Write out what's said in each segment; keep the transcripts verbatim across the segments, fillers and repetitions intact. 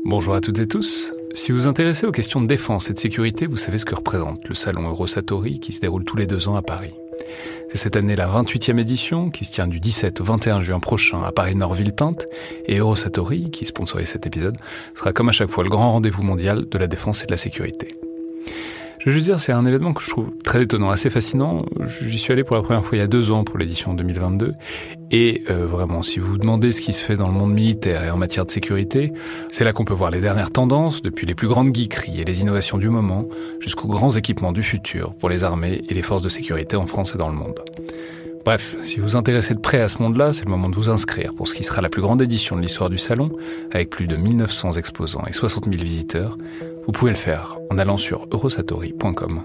Bonjour à toutes et tous. Si vous vous intéressez aux questions de défense et de sécurité, vous savez ce que représente le salon Eurosatory qui se déroule tous les deux ans à Paris. C'est cette année la vingt-huitième édition qui se tient du dix-sept au vingt et un juin prochain à Paris-Nord-Villepinte, et Eurosatory, qui sponsorise cet épisode, sera comme à chaque fois le grand rendez-vous mondial de la défense et de la sécurité. Je veux juste dire, c'est un événement que je trouve très étonnant, assez fascinant. J'y suis allé pour la première fois il y a deux ans pour l'édition deux mille vingt-deux. Et euh, vraiment, si vous vous demandez ce qui se fait dans le monde militaire et en matière de sécurité, c'est là qu'on peut voir les dernières tendances, depuis les plus grandes geekeries et les innovations du moment, jusqu'aux grands équipements du futur pour les armées et les forces de sécurité en France et dans le monde. Bref, si vous vous intéressez de près à ce monde-là, c'est le moment de vous inscrire pour ce qui sera la plus grande édition de l'histoire du salon, avec plus de mille neuf cents exposants et soixante mille visiteurs. Vous pouvez le faire en allant sur eurosatory point com.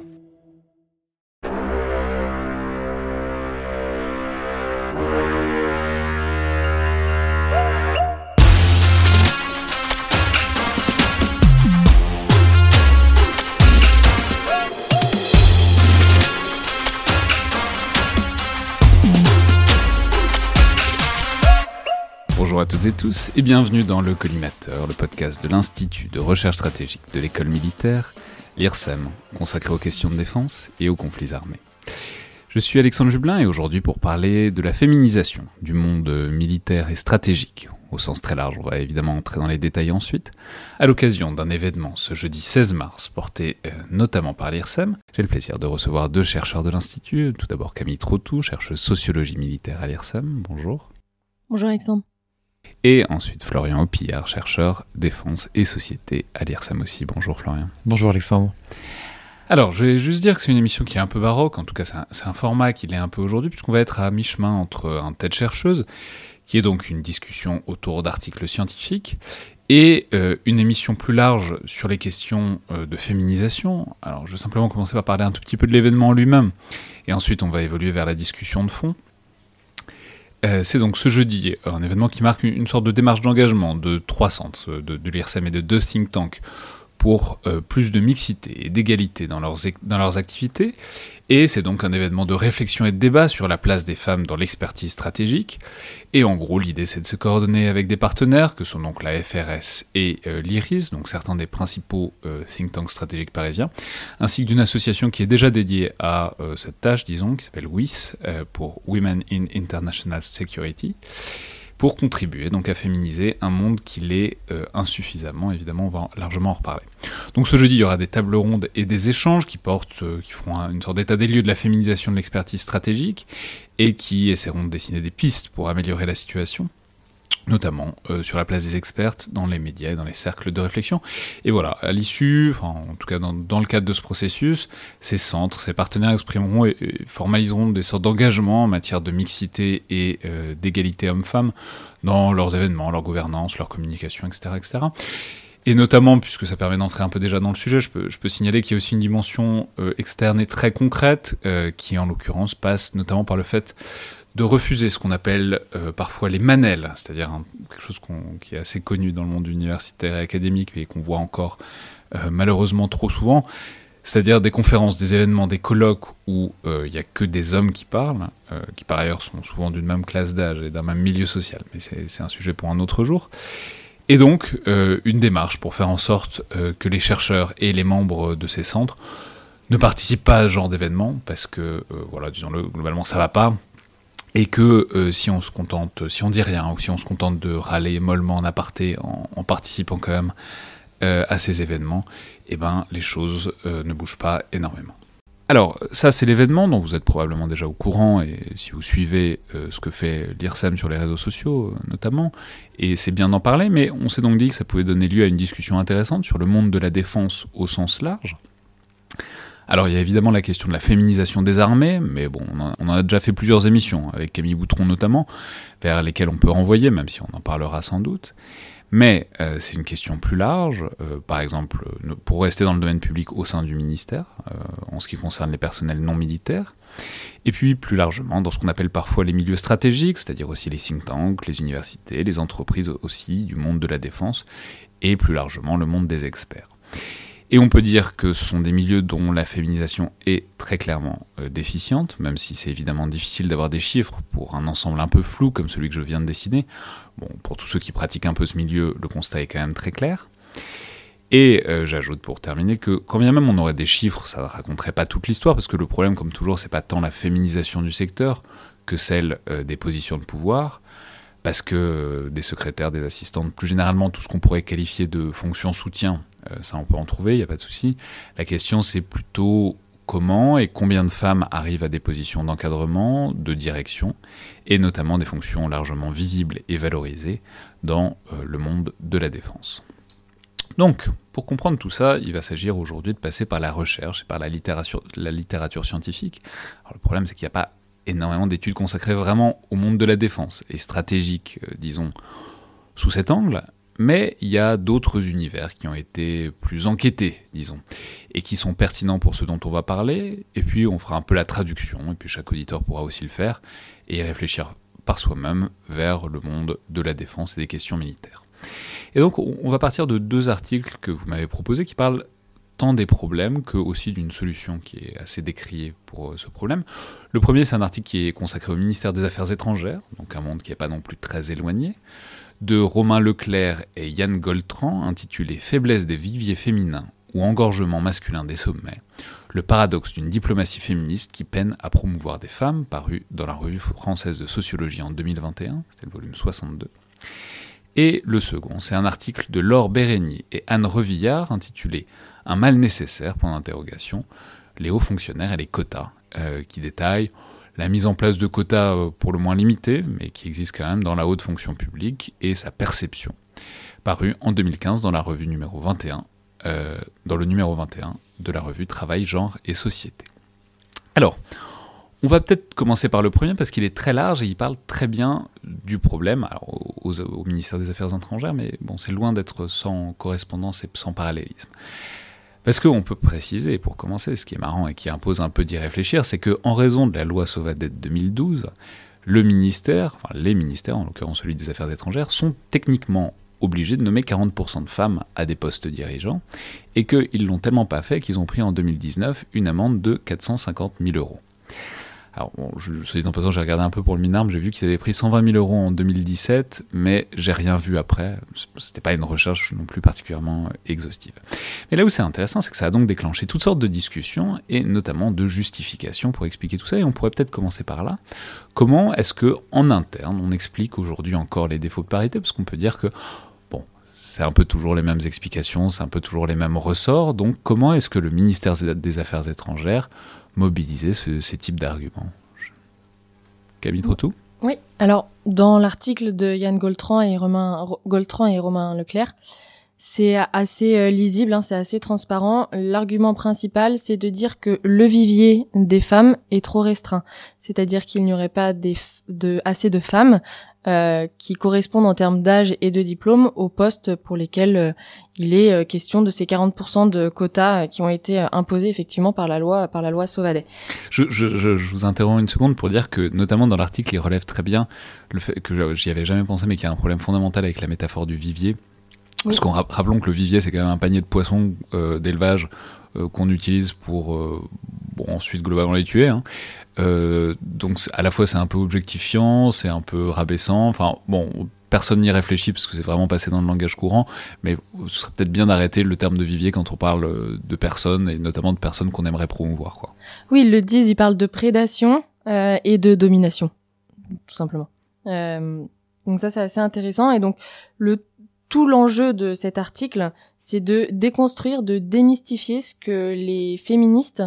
Bonjour à toutes et tous et bienvenue dans Le Collimateur, le podcast de l'Institut de recherche stratégique de l'école militaire, l'I R S E M, consacré aux questions de défense et aux conflits armés. Je suis Alexandre Jublin et aujourd'hui pour parler de la féminisation du monde militaire et stratégique, au sens très large, on va évidemment entrer dans les détails ensuite, à l'occasion d'un événement ce jeudi seize mars, porté euh, notamment par l'I R S E M. J'ai le plaisir de recevoir deux chercheurs de l'Institut, tout d'abord Camille Trottou, chercheuse sociologie militaire à l'I R S E M, bonjour. Bonjour Alexandre. Et ensuite Florian Opillard, chercheur défense et société à l'I R S E M aussi. Bonjour Florian. Bonjour Alexandre. Alors, je vais juste dire que c'est une émission qui est un peu baroque, en tout cas c'est un, c'est un format qui l'est un peu aujourd'hui, puisqu'on va être à mi-chemin entre un TED chercheuse, qui est donc une discussion autour d'articles scientifiques, et euh, une émission plus large sur les questions euh, de féminisation. Alors, je vais simplement commencer par parler un tout petit peu de l'événement en lui-même, et ensuite on va évoluer vers la discussion de fond. Euh, c'est donc ce jeudi un événement qui marque une, une sorte de démarche d'engagement de trois centres, de, de l'I R S E M et de deux think tanks, pour euh, plus de mixité et d'égalité dans leurs, dans leurs activités. Et c'est donc un événement de réflexion et de débat sur la place des femmes dans l'expertise stratégique. Et en gros, l'idée, c'est de se coordonner avec des partenaires, que sont donc la F R S et euh, l'I R I S, donc certains des principaux euh, think tanks stratégiques parisiens, ainsi que d'une association qui est déjà dédiée à euh, cette tâche, disons, qui s'appelle W I S, euh, pour Women in International Security, pour contribuer donc à féminiser un monde qui l'est euh, insuffisamment, évidemment, on va largement en reparler. Donc ce jeudi, il y aura des tables rondes et des échanges qui portent, euh, qui feront un, une sorte d'état des lieux de la féminisation de l'expertise stratégique et qui essaieront de dessiner des pistes pour améliorer la situation, notamment euh, sur la place des expertes dans les médias et dans les cercles de réflexion. Et voilà, à l'issue, enfin en tout cas dans, dans le cadre de ce processus, ces centres, ces partenaires exprimeront et, et formaliseront des sortes d'engagements en matière de mixité et euh, d'égalité homme-femme dans leurs événements, leur gouvernance, leur communication, et cetera, et cetera. Et notamment, puisque ça permet d'entrer un peu déjà dans le sujet, je peux, je peux signaler qu'il y a aussi une dimension euh, externe et très concrète, euh, qui en l'occurrence passe notamment par le fait de refuser ce qu'on appelle euh, parfois les manels, c'est-à-dire hein, quelque chose qu'on, qui est assez connu dans le monde universitaire et académique et qu'on voit encore euh, malheureusement trop souvent, c'est-à-dire des conférences, des événements, des colloques où il euh, n'y a que des hommes qui parlent, euh, qui par ailleurs sont souvent d'une même classe d'âge et d'un même milieu social, mais c'est, c'est un sujet pour un autre jour. Et donc euh, une démarche pour faire en sorte euh, que les chercheurs et les membres de ces centres ne participent pas à ce genre d'événements, parce que, euh, voilà, disons-le, globalement ça va pas, et que euh, si on se contente, si on dit rien, ou si on se contente de râler mollement en aparté en, en participant quand même euh, à ces événements, eh ben les choses euh, ne bougent pas énormément. Alors ça c'est l'événement dont vous êtes probablement déjà au courant, et si vous suivez euh, ce que fait l'I R S E M sur les réseaux sociaux euh, notamment, et c'est bien d'en parler, mais on s'est donc dit que ça pouvait donner lieu à une discussion intéressante sur le monde de la défense au sens large. Alors il y a évidemment la question de la féminisation des armées, mais bon, on en, on en a déjà fait plusieurs émissions, avec Camille Boutron notamment, vers lesquelles on peut renvoyer, même si on en parlera sans doute. Mais euh, c'est une question plus large, euh, par exemple, pour rester dans le domaine public au sein du ministère, euh, en ce qui concerne les personnels non militaires, et puis plus largement dans ce qu'on appelle parfois les milieux stratégiques, c'est-à-dire aussi les think tanks, les universités, les entreprises aussi, du monde de la défense, et plus largement le monde des experts. Et on peut dire que ce sont des milieux dont la féminisation est très clairement euh, déficiente, même si c'est évidemment difficile d'avoir des chiffres pour un ensemble un peu flou comme celui que je viens de dessiner. Bon, pour tous ceux qui pratiquent un peu ce milieu, le constat est quand même très clair. Et euh, j'ajoute pour terminer que quand bien même on aurait des chiffres, ça ne raconterait pas toute l'histoire, parce que le problème, comme toujours, c'est pas tant la féminisation du secteur que celle euh, des positions de pouvoir, parce que euh, des secrétaires, des assistantes, plus généralement tout ce qu'on pourrait qualifier de fonction soutien, euh, ça on peut en trouver, il n'y a pas de souci. La question c'est plutôt comment et combien de femmes arrivent à des positions d'encadrement, de direction, et notamment des fonctions largement visibles et valorisées dans euh, le monde de la défense. Donc, pour comprendre tout ça, il va s'agir aujourd'hui de passer par la recherche et par la littérature, la littérature scientifique. Alors, le problème, c'est qu'il n'y a pas énormément d'études consacrées vraiment au monde de la défense, et stratégiques, euh, disons, sous cet angle, mais il y a d'autres univers qui ont été plus enquêtés, disons, et qui sont pertinents pour ce dont on va parler, et puis on fera un peu la traduction, et puis chaque auditeur pourra aussi le faire, et réfléchir par soi-même vers le monde de la défense et des questions militaires. Et donc, on va partir de deux articles que vous m'avez proposés qui parlent tant des problèmes que aussi d'une solution qui est assez décriée pour ce problème. Le premier, c'est un article qui est consacré au ministère des Affaires étrangères, donc un monde qui n'est pas non plus très éloigné, de Romain Leclerc et Yann Goltran, intitulé « Faiblesse des viviers féminins ou engorgement masculin des sommets, le paradoxe d'une diplomatie féministe qui peine à promouvoir des femmes », paru dans la Revue française de sociologie en deux mille vingt et un, c'était le volume soixante-deux. Et le second, c'est un article de Laure Bérégny et Anne Revillard intitulé « Un mal nécessaire », point d'interrogation, les hauts fonctionnaires et les quotas, euh, qui détaillent la mise en place de quotas euh, pour le moins limités, mais qui existent quand même dans la haute fonction publique, et sa perception, paru en deux mille quinze dans la revue numéro vingt et un, euh, dans le numéro vingt et un de la revue Travail, Genre et Société. Alors, on va peut-être commencer par le premier parce qu'il est très large et il parle très bien du problème alors, au, au ministère des Affaires étrangères, mais bon, c'est loin d'être sans correspondance et sans parallélisme. Parce qu'on peut préciser, pour commencer, ce qui est marrant et qui impose un peu d'y réfléchir, c'est qu'en raison de la loi Sauvadet de deux mille douze, le ministère, enfin les ministères, en l'occurrence celui des Affaires étrangères, sont techniquement obligés de nommer quarante pour cent de femmes à des postes dirigeants, et qu'ils l'ont tellement pas fait qu'ils ont pris en deux mille dix-neuf une amende de quatre cent cinquante mille euros. Alors, bon, je, soit dit en passant, j'ai regardé un peu pour le Minarme, j'ai vu qu'ils avaient pris cent vingt mille euros en deux mille dix-sept, mais j'ai rien vu après. C'était pas une recherche non plus particulièrement exhaustive. Mais là où c'est intéressant, c'est que ça a donc déclenché toutes sortes de discussions, et notamment de justifications pour expliquer tout ça, et on pourrait peut-être commencer par là. Comment est-ce qu'en interne, on explique aujourd'hui encore les défauts de parité? Parce qu'on peut dire que, bon, c'est un peu toujours les mêmes explications, c'est un peu toujours les mêmes ressorts, donc comment est-ce que le ministère des Affaires étrangères mobiliser ce, ces types d'arguments? Camille Trottou ? Oui, alors dans l'article de Yann Goltran et Romain, Goltran et Romain Leclerc, c'est assez euh, lisible, hein, c'est assez transparent. L'argument principal, c'est de dire que le vivier des femmes est trop restreint, c'est-à-dire qu'il n'y aurait pas des f- de, assez de femmes euh, qui correspondent en termes d'âge et de diplôme aux postes pour lesquels euh, il est euh, question de ces quarante pour cent de quotas euh, qui ont été euh, imposés effectivement par la loi, par la loi Sauvadet. Je, je, je, je vous interromps une seconde pour dire que, notamment dans l'article, il relève très bien le fait que j'y avais jamais pensé, mais qu'il y a un problème fondamental avec la métaphore du vivier. Parce qu'on rappelons que le vivier, c'est quand même un panier de poissons euh, d'élevage euh, qu'on utilise pour euh, bon, ensuite globalement les tuer. Hein. Euh, donc à la fois c'est un peu objectifiant, c'est un peu rabaissant. Enfin bon, personne n'y réfléchit parce que c'est vraiment passé dans le langage courant. Mais ce serait peut-être bien d'arrêter le terme de vivier quand on parle de personnes et notamment de personnes qu'on aimerait promouvoir, quoi. Oui, ils le disent, ils parlent de prédation euh, et de domination, tout simplement. Euh, donc ça c'est assez intéressant et donc le tout l'enjeu de cet article, c'est de déconstruire, de démystifier ce que les féministes,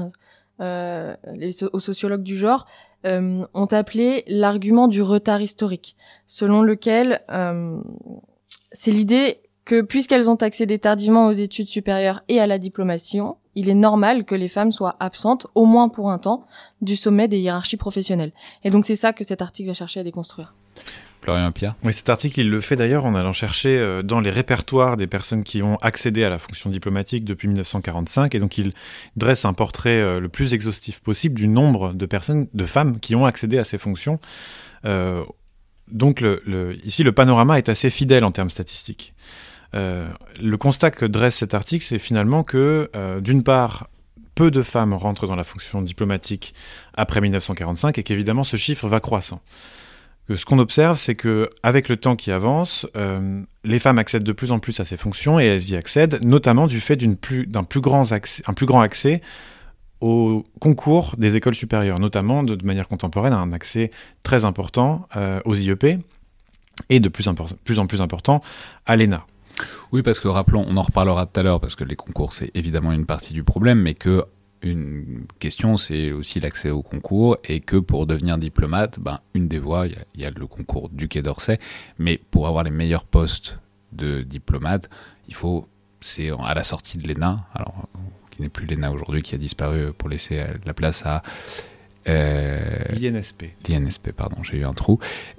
euh, les so- sociologues du genre, euh, ont appelé l'argument du retard historique, selon lequel euh, c'est l'idée que puisqu'elles ont accédé tardivement aux études supérieures et à la diplomation, il est normal que les femmes soient absentes, au moins pour un temps, du sommet des hiérarchies professionnelles. Et donc c'est ça que cet article va chercher à déconstruire. Florian Pierre. Oui, cet article, il le fait d'ailleurs en allant chercher euh, dans les répertoires des personnes qui ont accédé à la fonction diplomatique depuis dix-neuf cent quarante-cinq, et donc il dresse un portrait euh, le plus exhaustif possible du nombre de personnes, de femmes qui ont accédé à ces fonctions. Euh, donc le, le, ici, le panorama est assez fidèle en termes statistiques. Euh, le constat que dresse cet article, c'est finalement que, euh, d'une part, peu de femmes rentrent dans la fonction diplomatique après dix-neuf cent quarante-cinq, et qu'évidemment ce chiffre va croissant. que ce qu'on observe, c'est qu'avec le temps qui avance, euh, les femmes accèdent de plus en plus à ces fonctions et elles y accèdent notamment du fait d'une plus, d'un plus grand accès, un plus grand accès aux concours des écoles supérieures, notamment de, de manière contemporaine, un accès très important euh, aux I E P et de plus, import- plus en plus important à l'E N A. Oui, parce que rappelons, on en reparlera tout à l'heure, parce que les concours, c'est évidemment une partie du problème, mais que une question, c'est aussi l'accès au concours, et que pour devenir diplomate, ben, une des voies, il y, y a le concours du Quai d'Orsay, mais pour avoir les meilleurs postes de diplomate, il faut, c'est à la sortie de l'E N A, alors qui n'est plus l'E N A aujourd'hui, qui a disparu pour laisser la place à Euh, l'I N S P. L'I N S P, pardon, j'ai eu un trou.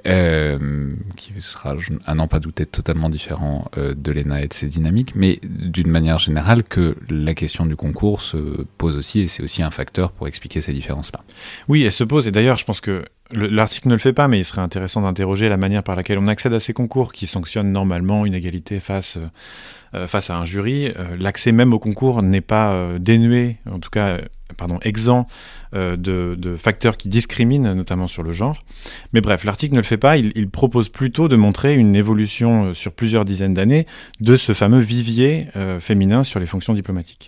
Euh, qui sera, à n'en pas douter, totalement différent euh, de l'E N A et de ses dynamiques, mais d'une manière générale, que la question du concours se pose aussi, et c'est aussi un facteur pour expliquer ces différences-là. Oui, elle se pose, et d'ailleurs, je pense que le, l'article ne le fait pas, mais il serait intéressant d'interroger la manière par laquelle on accède à ces concours qui sanctionnent normalement une égalité face, euh, face à un jury. Euh, l'accès même au concours n'est pas euh, dénué, en tout cas... Euh, pardon, exempt euh, de, de facteurs qui discriminent, notamment sur le genre. Mais bref, l'article ne le fait pas, il, il propose plutôt de montrer une évolution euh, sur plusieurs dizaines d'années de ce fameux vivier euh, féminin sur les fonctions diplomatiques.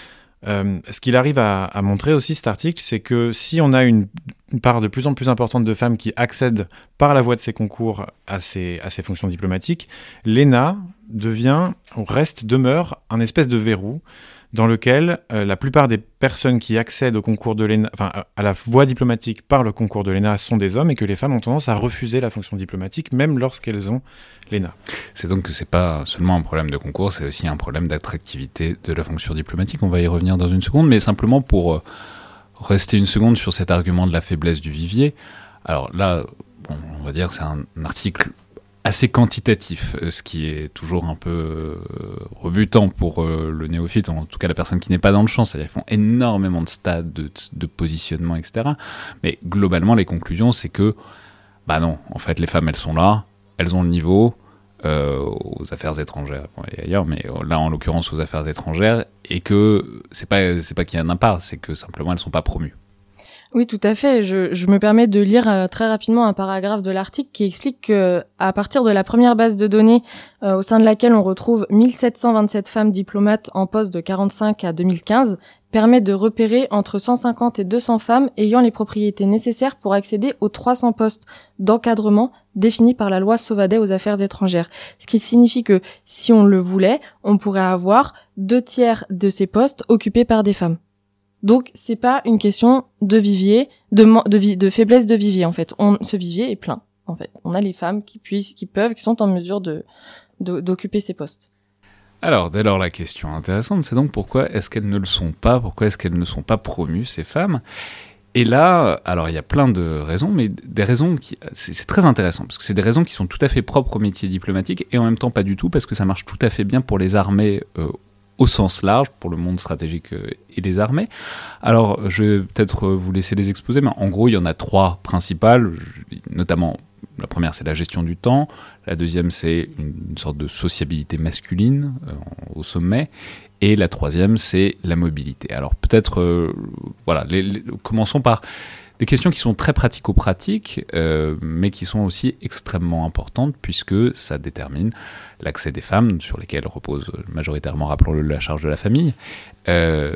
Euh, ce qu'il arrive à, à montrer aussi, cet article, c'est que si on a une, une part de plus en plus importante de femmes qui accèdent par la voie de ces concours à ces, à ces fonctions diplomatiques, l'E N A devient, ou reste, demeure un espèce de verrou dans lequel euh, la plupart des personnes qui accèdent au concours de l'E N A, enfin à la voie diplomatique par le concours de l'E N A sont des hommes, et que les femmes ont tendance à refuser la fonction diplomatique même lorsqu'elles ont l'E N A. C'est donc que c'est pas seulement un problème de concours, c'est aussi un problème d'attractivité de la fonction diplomatique. On va y revenir dans une seconde, mais simplement pour euh, rester une seconde sur cet argument de la faiblesse du vivier. Alors là, bon, on va dire que c'est un article assez quantitatif, ce qui est toujours un peu euh, rebutant pour euh, le néophyte, en tout cas la personne qui n'est pas dans le champ, c'est-à-dire qu'ils font énormément de stades, de, de positionnement, et cetera. Mais globalement, les conclusions, c'est que, bah non, en fait, les femmes, elles sont là, elles ont le niveau euh, aux affaires étrangères, bon, et ailleurs, mais là, en l'occurrence, aux affaires étrangères, et que c'est pas, c'est pas qu'il y en a pas, c'est que simplement, elles sont pas promues. Oui, tout à fait. Je, je me permets de lire euh, très rapidement un paragraphe de l'article qui explique que, à partir de la première base de données euh, au sein de laquelle on retrouve mille sept cent vingt-sept femmes diplomates en poste de quarante-cinq à deux mille quinze, permet de repérer entre cent cinquante et deux cents femmes ayant les propriétés nécessaires pour accéder aux trois cents postes d'encadrement définis par la loi Sauvadet aux affaires étrangères. Ce qui signifie que, si on le voulait, on pourrait avoir deux tiers de ces postes occupés par des femmes. Donc, c'est pas une question de vivier, de, de, vi- de faiblesse de vivier, en fait. On, ce vivier est plein, en fait. On a les femmes qui puissent, qui peuvent, qui sont en mesure de, de, d'occuper ces postes. Alors, dès lors, la question intéressante, c'est donc pourquoi est-ce qu'elles ne le sont pas? Pourquoi est-ce qu'elles ne sont pas promues, ces femmes? Et là, alors, il y a plein de raisons, mais des raisons qui, c'est, c'est très intéressant, parce que c'est des raisons qui sont tout à fait propres au métier diplomatique, et en même temps pas du tout, parce que ça marche tout à fait bien pour les armées, euh, au sens large, pour le monde stratégique et les armées. Alors, je vais peut-être vous laisser les exposer, mais en gros, il y en a trois principales, notamment, la première, c'est la gestion du temps, la deuxième, c'est une, une sorte de sociabilité masculine euh, au sommet, et la troisième, c'est la mobilité. Alors, peut-être, euh, voilà, les, les, commençons par des questions qui sont très pratico-pratiques, euh, mais qui sont aussi extrêmement importantes, puisque ça détermine l'accès des femmes, sur lesquelles repose majoritairement, rappelons-le, la charge de la famille, euh,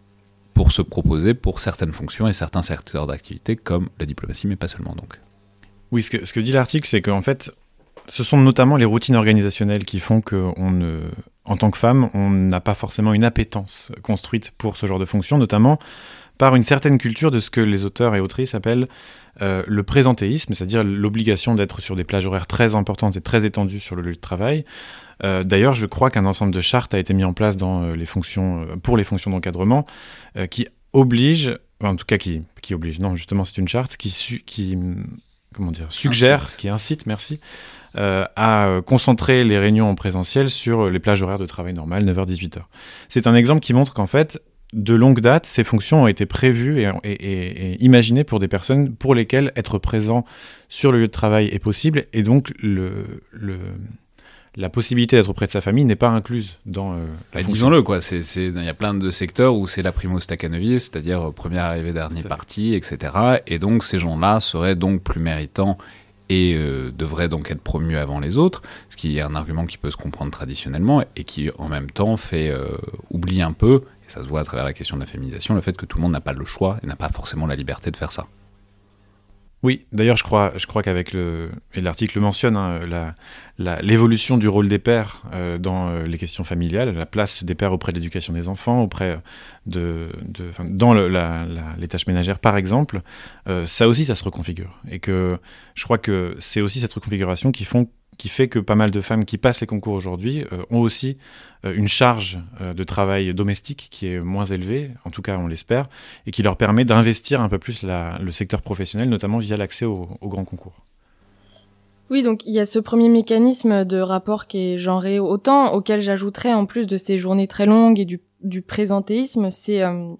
pour se proposer pour certaines fonctions et certains secteurs d'activité, comme la diplomatie, mais pas seulement donc. Oui, ce que, ce que dit l'article, c'est qu'en fait, ce sont notamment les routines organisationnelles qui font qu'on ne, en tant que femme, on n'a pas forcément une appétence construite pour ce genre de fonction, notamment par une certaine culture de ce que les auteurs et autrices appellent euh, le présentéisme, c'est-à-dire l'obligation d'être sur des plages horaires très importantes et très étendues sur le lieu de travail. Euh, d'ailleurs, je crois qu'un ensemble de chartes a été mis en place dans, euh, les fonctions, euh, pour les fonctions d'encadrement euh, qui oblige, en tout cas qui, qui oblige, non, justement c'est une charte qui, su, qui comment dire, suggère, incite. qui incite, merci, euh, à concentrer les réunions en présentiel sur les plages horaires de travail normales, neuf heures à dix-huit heures. C'est un exemple qui montre qu'en fait, de longue date, ces fonctions ont été prévues et, et, et, et imaginées pour des personnes pour lesquelles être présent sur le lieu de travail est possible, et donc le, le, la possibilité d'être auprès de sa famille n'est pas incluse dans euh, la bah, fonction. Disons-le, quoi. C'est, c'est, il y a plein de secteurs où c'est la primo staccanovis, c'est-à-dire première arrivée, dernier parti, et cetera. Et donc ces gens-là seraient donc plus méritants et euh, devrait donc être promu avant les autres, ce qui est un argument qui peut se comprendre traditionnellement et qui en même temps fait euh, oublier un peu, et ça se voit à travers la question de la féminisation, le fait que tout le monde n'a pas le choix et n'a pas forcément la liberté de faire ça. Oui, d'ailleurs, je crois, je crois qu'avec le... Et l'article le mentionne, hein, la, la, l'évolution du rôle des pères euh, dans euh, les questions familiales, la place des pères auprès de l'éducation des enfants, auprès de... de enfin, dans le, la, la, les tâches ménagères, par exemple, euh, ça aussi, ça se reconfigure. Et que je crois que c'est aussi cette reconfiguration qui font qui fait que pas mal de femmes qui passent les concours aujourd'hui euh, ont aussi euh, une charge euh, de travail domestique qui est moins élevée, en tout cas on l'espère, et qui leur permet d'investir un peu plus la, le secteur professionnel, notamment via l'accès au, au grand concours. Oui, donc il y a ce premier mécanisme de rapport qui est genré autant, auquel j'ajouterais en plus de ces journées très longues et du, du présentéisme, c'est... Euh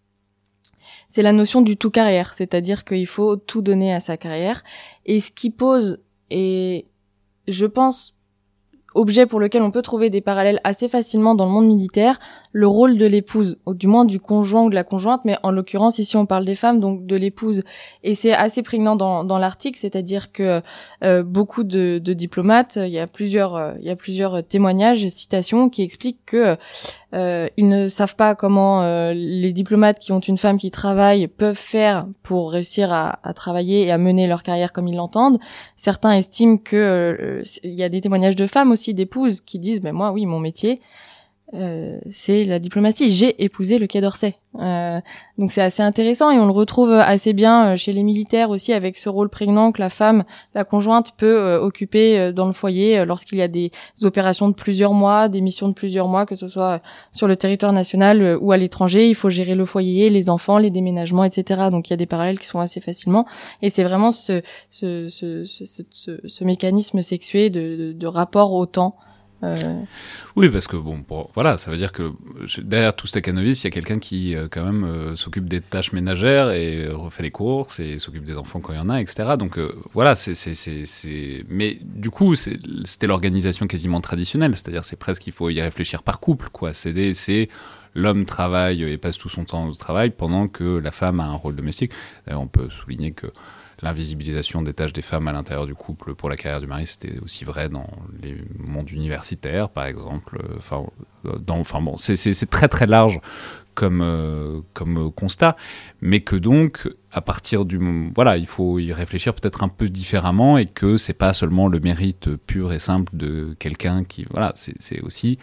c'est la notion du tout carrière, c'est-à-dire qu'il faut tout donner à sa carrière. Et ce qui pose, et je pense, objet pour lequel on peut trouver des parallèles assez facilement dans le monde militaire, le rôle de l'épouse, ou du moins du conjoint ou de la conjointe, mais en l'occurrence ici on parle des femmes, donc de l'épouse. Et c'est assez prégnant dans, dans l'article, c'est-à-dire que euh, beaucoup de, de diplomates, il y a plusieurs, euh, il y a plusieurs témoignages, citations qui expliquent que euh, ils ne savent pas comment euh, les diplomates qui ont une femme qui travaille peuvent faire pour réussir à, à travailler et à mener leur carrière comme ils l'entendent. Certains estiment que euh, il y a des témoignages de femmes aussi, d'épouses, qui disent ben moi oui mon métier Euh, c'est la diplomatie. J'ai épousé le Quai d'Orsay. Euh, donc c'est assez intéressant et on le retrouve assez bien chez les militaires aussi avec ce rôle prégnant que la femme, la conjointe peut euh, occuper euh, dans le foyer euh, lorsqu'il y a des opérations de plusieurs mois, des missions de plusieurs mois, que ce soit sur le territoire national euh, ou à l'étranger. Il faut gérer le foyer, les enfants, les déménagements, et cetera. Donc il y a des parallèles qui sont assez facilement. Et c'est vraiment ce, ce, ce, ce, ce, ce, ce mécanisme sexué de, de, de rapport au temps. Euh... Oui, parce que bon, pour, voilà, ça veut dire que derrière tout Stakhanoviste, il y a quelqu'un qui euh, quand même euh, s'occupe des tâches ménagères et euh, refait les courses et s'occupe des enfants quand il y en a, et cetera. Donc euh, voilà, c'est, c'est, c'est, c'est... mais du coup, c'est, c'était l'organisation quasiment traditionnelle, c'est-à-dire c'est presque il faut y réfléchir par couple, quoi. C'est, des, c'est l'homme travaille et passe tout son temps au travail pendant que la femme a un rôle domestique. D'ailleurs, on peut souligner que l'invisibilisation des tâches des femmes à l'intérieur du couple pour la carrière du mari, c'était aussi vrai dans les mondes universitaires, par exemple. Enfin, dans, enfin bon, c'est, c'est, c'est très très large comme euh, comme constat, mais que donc à partir du voilà, il faut y réfléchir peut-être un peu différemment et que c'est pas seulement le mérite pur et simple de quelqu'un qui voilà, c'est, c'est aussi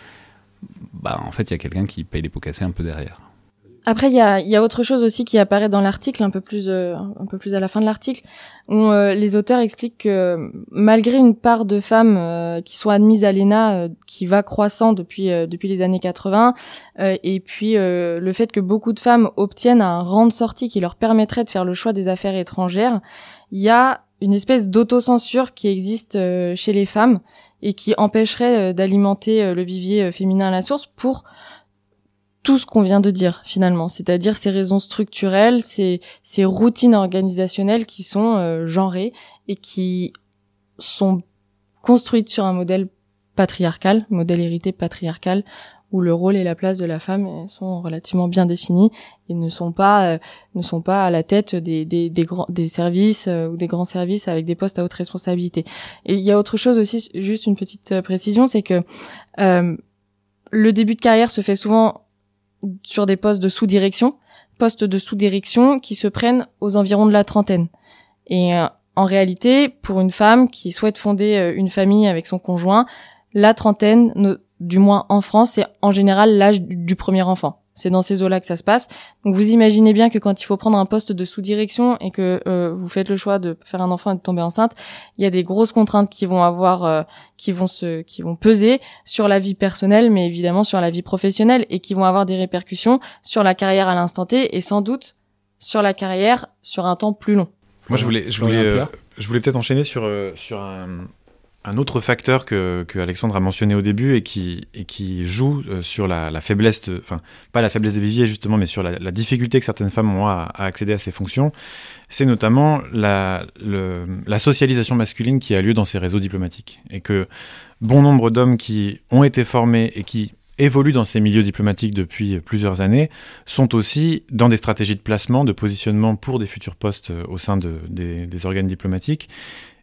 bah en fait il y a quelqu'un qui paye les pots cassés un peu derrière. Après, il y a, y a autre chose aussi qui apparaît dans l'article, un peu plus, euh, un peu plus à la fin de l'article, où euh, les auteurs expliquent que malgré une part de femmes euh, qui sont admises à l'E N A, euh, qui va croissant depuis euh, depuis les années quatre-vingts, euh, et puis euh, le fait que beaucoup de femmes obtiennent un rang de sortie qui leur permettrait de faire le choix des affaires étrangères, il y a une espèce d'autocensure qui existe euh, chez les femmes et qui empêcherait euh, d'alimenter euh, le vivier euh, féminin à la source pour tout ce qu'on vient de dire finalement, c'est-à-dire ces raisons structurelles, ces, ces routines organisationnelles qui sont euh, genrées et qui sont construites sur un modèle patriarcal, modèle hérité patriarcal, où le rôle et la place de la femme sont relativement bien définis et ne sont pas euh, ne sont pas à la tête des des des grands des services euh, ou des grands services avec des postes à haute responsabilité. Et il y a autre chose aussi, juste une petite euh, précision, c'est que euh, le début de carrière se fait souvent sur des postes de sous-direction, postes de sous-direction qui se prennent aux environs de la trentaine. Et euh, en réalité, pour une femme qui souhaite fonder euh, une famille avec son conjoint, la trentaine, no, du moins en France, c'est en général l'âge du, du premier enfant. C'est dans ces eaux-là que ça se passe. Donc vous imaginez bien que quand il faut prendre un poste de sous-direction et que euh, vous faites le choix de faire un enfant et de tomber enceinte, il y a des grosses contraintes qui vont avoir, euh, qui vont se, qui vont peser sur la vie personnelle, mais évidemment sur la vie professionnelle et qui vont avoir des répercussions sur la carrière à l'instant T et sans doute sur la carrière sur un temps plus long. Moi, je voulais, je voulais, euh, je voulais peut-être enchaîner sur euh, sur un. Un autre facteur que, que Alexandre a mentionné au début et qui, et qui joue euh, sur la, la faiblesse, enfin pas la faiblesse des viviers justement, mais sur la, la difficulté que certaines femmes ont à, à accéder à ces fonctions, c'est notamment la, le, la socialisation masculine qui a lieu dans ces réseaux diplomatiques. Et que bon nombre d'hommes qui ont été formés et qui évoluent dans ces milieux diplomatiques depuis plusieurs années sont aussi dans des stratégies de placement, de positionnement pour des futurs postes au sein de, des, des organes diplomatiques.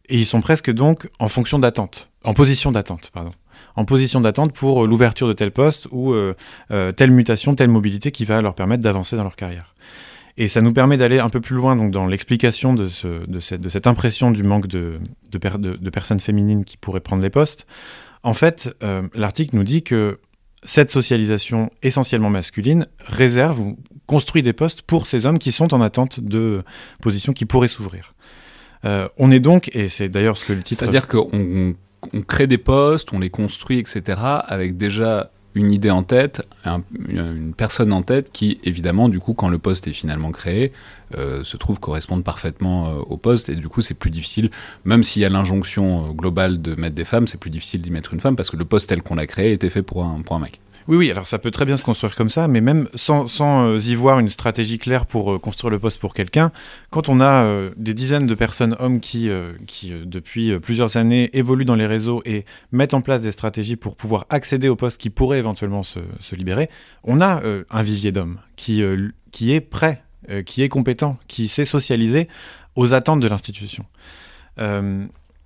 Et ils sont presque donc en fonction d'attente, en position d'attente, pardon. En position d'attente pour l'ouverture de tel poste ou euh, euh, telle mutation, telle mobilité qui va leur permettre d'avancer dans leur carrière. Et ça nous permet d'aller un peu plus loin donc, dans l'explication de, ce, de, cette, de cette impression du manque de, de, per, de, de personnes féminines qui pourraient prendre les postes. En fait, euh, l'article nous dit que cette socialisation essentiellement masculine réserve ou construit des postes pour ces hommes qui sont en attente de positions qui pourraient s'ouvrir. Euh, on est donc, et c'est d'ailleurs ce que le titre... C'est-à-dire qu'on on, on crée des postes, on les construit, et cetera, avec déjà une idée en tête, un, une personne en tête qui, évidemment, du coup, quand le poste est finalement créé, euh, se trouve correspondre parfaitement euh, au poste, et du coup, c'est plus difficile, même s'il y a l'injonction euh, globale de mettre des femmes, c'est plus difficile d'y mettre une femme, parce que le poste tel qu'on l'a créé était fait pour un, pour un mec. Oui, oui, alors ça peut très bien se construire comme ça, mais même sans, sans euh, y voir une stratégie claire pour euh, construire le poste pour quelqu'un, quand on a euh, des dizaines de personnes, hommes, qui, euh, qui euh, depuis euh, plusieurs années, évoluent dans les réseaux et mettent en place des stratégies pour pouvoir accéder au poste qui pourrait éventuellement se, se libérer, on a euh, un vivier d'hommes qui, euh, qui est prêt, euh, qui est compétent, qui sait socialiser aux attentes de l'institution. Euh,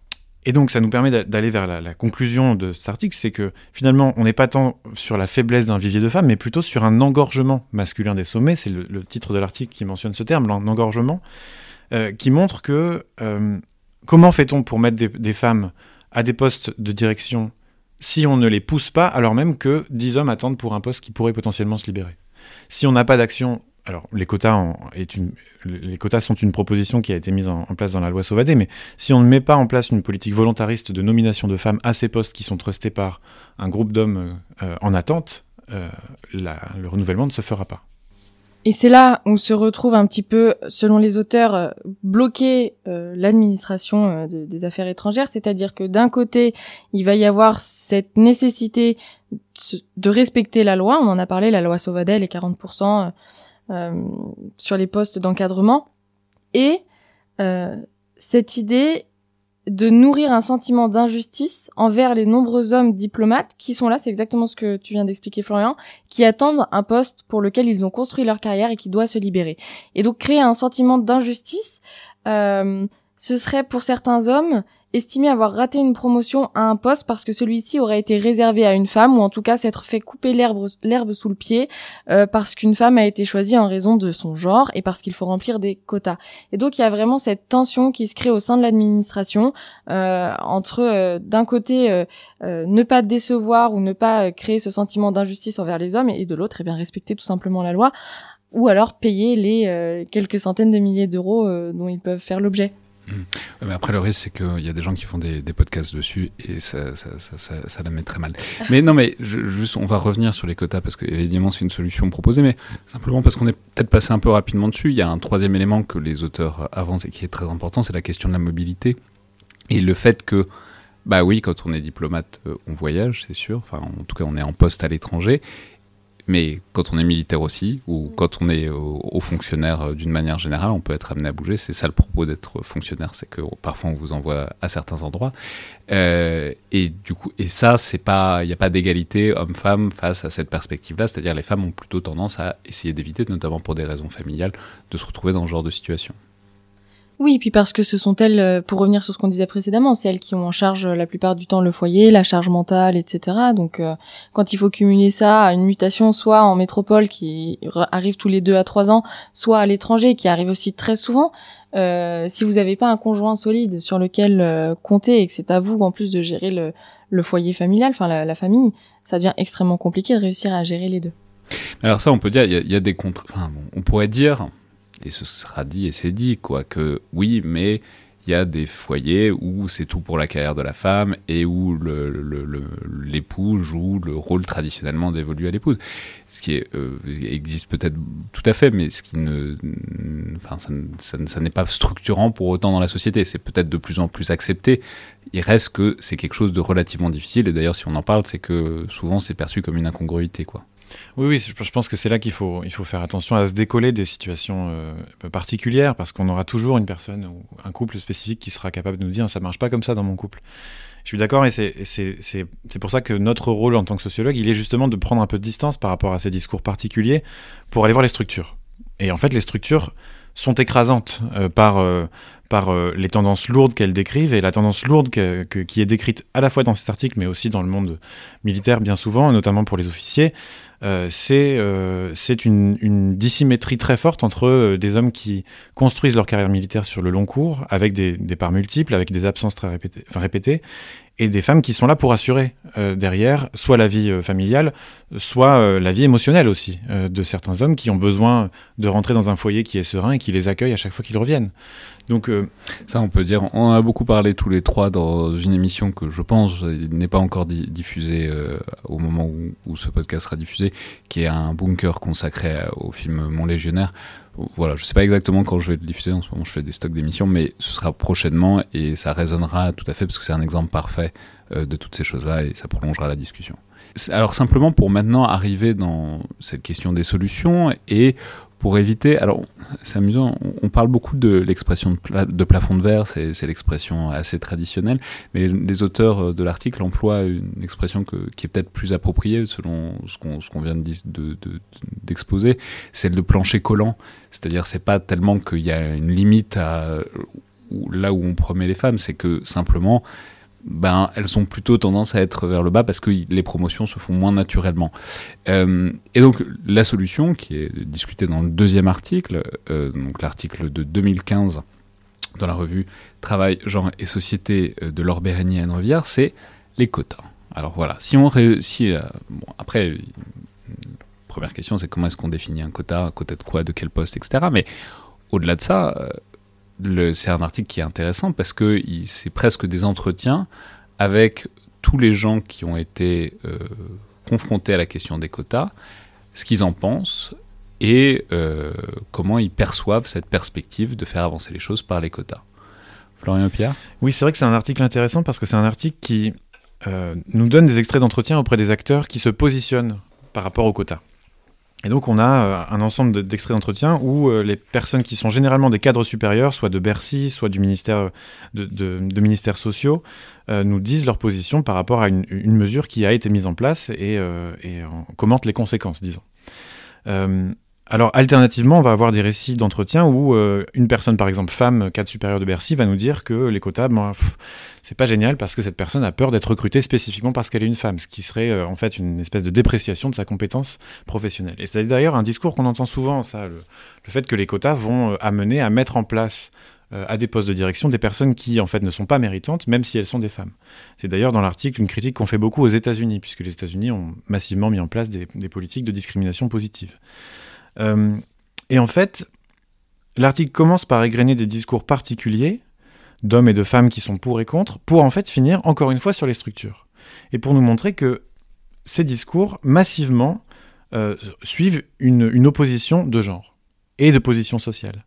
Et donc, ça nous permet d'aller vers la, la conclusion de cet article, c'est que finalement, on n'est pas tant sur la faiblesse d'un vivier de femmes, mais plutôt sur un engorgement masculin des sommets. C'est le, le titre de l'article qui mentionne ce terme, l'engorgement, euh, qui montre que euh, comment fait-on pour mettre des, des femmes à des postes de direction si on ne les pousse pas, alors même que dix hommes attendent pour un poste qui pourrait potentiellement se libérer. Si on n'a pas d'action... Alors, les quotas, en, est une, les quotas sont une proposition qui a été mise en, en place dans la loi Sauvadet, mais si on ne met pas en place une politique volontariste de nomination de femmes à ces postes qui sont trustés par un groupe d'hommes euh, en attente, euh, la, le renouvellement ne se fera pas. Et c'est là où se retrouve un petit peu, selon les auteurs, euh, bloquer euh, l'administration euh, de, des affaires étrangères, c'est-à-dire que d'un côté, il va y avoir cette nécessité de respecter la loi, on en a parlé, la loi Sauvadet, les quarante pour cent... Euh, Euh, sur les postes d'encadrement, et euh, cette idée de nourrir un sentiment d'injustice envers les nombreux hommes diplomates qui sont là, c'est exactement ce que tu viens d'expliquer Florian, qui attendent un poste pour lequel ils ont construit leur carrière et qui doit se libérer. Et donc créer un sentiment d'injustice, euh, ce serait pour certains hommes estimer avoir raté une promotion à un poste parce que celui-ci aurait été réservé à une femme, ou en tout cas s'être fait couper l'herbe, l'herbe sous le pied euh, parce qu'une femme a été choisie en raison de son genre et parce qu'il faut remplir des quotas. Et donc il y a vraiment cette tension qui se crée au sein de l'administration euh, entre euh, d'un côté euh, euh, ne pas décevoir ou ne pas créer ce sentiment d'injustice envers les hommes, et, et de l'autre, eh bien respecter tout simplement la loi, ou alors payer les euh, quelques centaines de milliers d'euros euh, dont ils peuvent faire l'objet. Mmh. Mais après, le risque, c'est qu'il y a des gens qui font des, des podcasts dessus et ça, ça, ça, ça, ça la met très mal. Mais non, mais je, juste, on va revenir sur les quotas parce que, évidemment, c'est une solution proposée, mais simplement parce qu'on est peut-être passé un peu rapidement dessus. Il y a un troisième élément que les auteurs avancent et qui est très important, c'est la question de la mobilité et le fait que, bah oui, quand on est diplomate, euh, on voyage, c'est sûr. Enfin, en tout cas, on est en poste à l'étranger. Mais quand on est militaire aussi, ou quand on est haut au fonctionnaire d'une manière générale, on peut être amené à bouger. C'est ça le propos d'être fonctionnaire, c'est que parfois on vous envoie à certains endroits. Euh, et du coup, et ça, c'est pas, il n'y a pas d'égalité homme-femme face à cette perspective-là. C'est-à-dire, les femmes ont plutôt tendance à essayer d'éviter, notamment pour des raisons familiales, de se retrouver dans ce genre de situation. Oui, puis parce que ce sont elles, pour revenir sur ce qu'on disait précédemment, c'est elles qui ont en charge la plupart du temps le foyer, la charge mentale, et cetera. Donc, euh, quand il faut cumuler ça à une mutation, soit en métropole qui arrive tous les deux à trois ans, soit à l'étranger qui arrive aussi très souvent, euh, si vous n'avez pas un conjoint solide sur lequel euh, compter et que c'est à vous en plus de gérer le, le foyer familial, enfin la, la famille, ça devient extrêmement compliqué de réussir à gérer les deux. Alors ça, on peut dire, il y, y a des contre... Enfin, bon, on pourrait dire... Et ce sera dit et c'est dit, quoi, que oui, mais il y a des foyers où c'est tout pour la carrière de la femme et où le, le, le, l'époux joue le rôle traditionnellement dévolu à l'épouse. Ce qui est, euh, existe peut-être tout à fait, mais ce qui ne, enfin, ça, ça, ça n'est pas structurant pour autant dans la société. C'est peut-être de plus en plus accepté. Il reste que c'est quelque chose de relativement difficile. Et d'ailleurs, si on en parle, c'est que souvent c'est perçu comme une incongruité, quoi. Oui, oui, je pense que c'est là qu'il faut, il faut faire attention à se décoller des situations euh, particulières, parce qu'on aura toujours une personne ou un couple spécifique qui sera capable de nous dire « ça marche pas comme ça dans mon couple ». Je suis d'accord, et c'est, c'est, c'est, c'est pour ça que notre rôle en tant que sociologue, il est justement de prendre un peu de distance par rapport à ces discours particuliers pour aller voir les structures. Et en fait, les structures sont écrasantes euh, par, euh, par euh, les tendances lourdes qu'elles décrivent, et la tendance lourde que, que, qui est décrite à la fois dans cet article, mais aussi dans le monde militaire bien souvent, notamment pour les officiers, euh, c'est, euh, c'est une, une dissymétrie très forte entre euh, des hommes qui construisent leur carrière militaire sur le long cours, avec des, des parts multiples, avec des absences très répétées, enfin, répétées, et des femmes qui sont là pour assurer euh, derrière soit la vie euh, familiale, soit euh, la vie émotionnelle aussi euh, de certains hommes qui ont besoin de rentrer dans un foyer qui est serein et qui les accueille à chaque fois qu'ils reviennent. Donc euh... ça, on peut dire, on en a beaucoup parlé tous les trois dans une émission que je pense n'est pas encore di- diffusée euh, au moment où, où ce podcast sera diffusé, qui est un bunker consacré au film Mon Légionnaire. Voilà, je sais pas exactement quand je vais le diffuser, en ce moment je fais des stocks d'émissions, mais ce sera prochainement et ça résonnera tout à fait parce que c'est un exemple parfait euh, de toutes ces choses-là et ça prolongera la discussion. Alors simplement pour maintenant arriver dans cette question des solutions et pour éviter, alors c'est amusant, on parle beaucoup de l'expression de, pla- de plafond de verre, c'est, c'est l'expression assez traditionnelle, mais les auteurs de l'article emploient une expression que, qui est peut-être plus appropriée selon ce qu'on, ce qu'on vient de, de, de, d'exposer, celle de plancher collant, c'est-à-dire c'est pas tellement qu'il y a une limite à où, là où on promet les femmes, c'est que simplement ben, elles ont plutôt tendance à être vers le bas parce que les promotions se font moins naturellement. Euh, et donc, la solution, qui est discutée dans le deuxième article, euh, donc l'article de deux mille quinze dans la revue Travail, Genre et Société de Laure Bérégnier et Anne Rivière, c'est les quotas. Alors voilà, si on réussit... Euh, bon, après, première question, c'est comment est-ce qu'on définit un quota, un quota de quoi, de quel poste, et cetera. Mais au-delà de ça... Euh, Le, c'est un article qui est intéressant parce que il, c'est presque des entretiens avec tous les gens qui ont été euh, confrontés à la question des quotas, ce qu'ils en pensent et euh, comment ils perçoivent cette perspective de faire avancer les choses par les quotas. Florian Pierre ? Oui, c'est vrai que c'est un article intéressant parce que c'est un article qui euh, nous donne des extraits d'entretien auprès des acteurs qui se positionnent par rapport aux quotas. Et donc on a euh, un ensemble de, d'extraits d'entretien où euh, les personnes qui sont généralement des cadres supérieurs, soit de Bercy, soit du ministère de, de, de ministères sociaux, euh, nous disent leur position par rapport à une, une mesure qui a été mise en place et, euh, et on commente les conséquences, disons. Euh, alors alternativement, on va avoir des récits d'entretien où euh, une personne, par exemple femme, cadre supérieur de Bercy, va nous dire que les quotas, ben, pff, c'est pas génial parce que cette personne a peur d'être recrutée spécifiquement parce qu'elle est une femme, ce qui serait euh, en fait une espèce de dépréciation de sa compétence professionnelle. Et c'est d'ailleurs un discours qu'on entend souvent, ça, le, le fait que les quotas vont euh, amener à mettre en place euh, à des postes de direction des personnes qui en fait ne sont pas méritantes, même si elles sont des femmes. C'est d'ailleurs dans l'article une critique qu'on fait beaucoup aux États-Unis, puisque les États-Unis ont massivement mis en place des, des politiques de discrimination positive. Euh, et en fait, l'article commence par égrener des discours particuliers d'hommes et de femmes qui sont pour et contre, pour en fait finir encore une fois sur les structures. Et pour nous montrer que ces discours, massivement, euh, suivent une, une opposition de genre et de position sociale.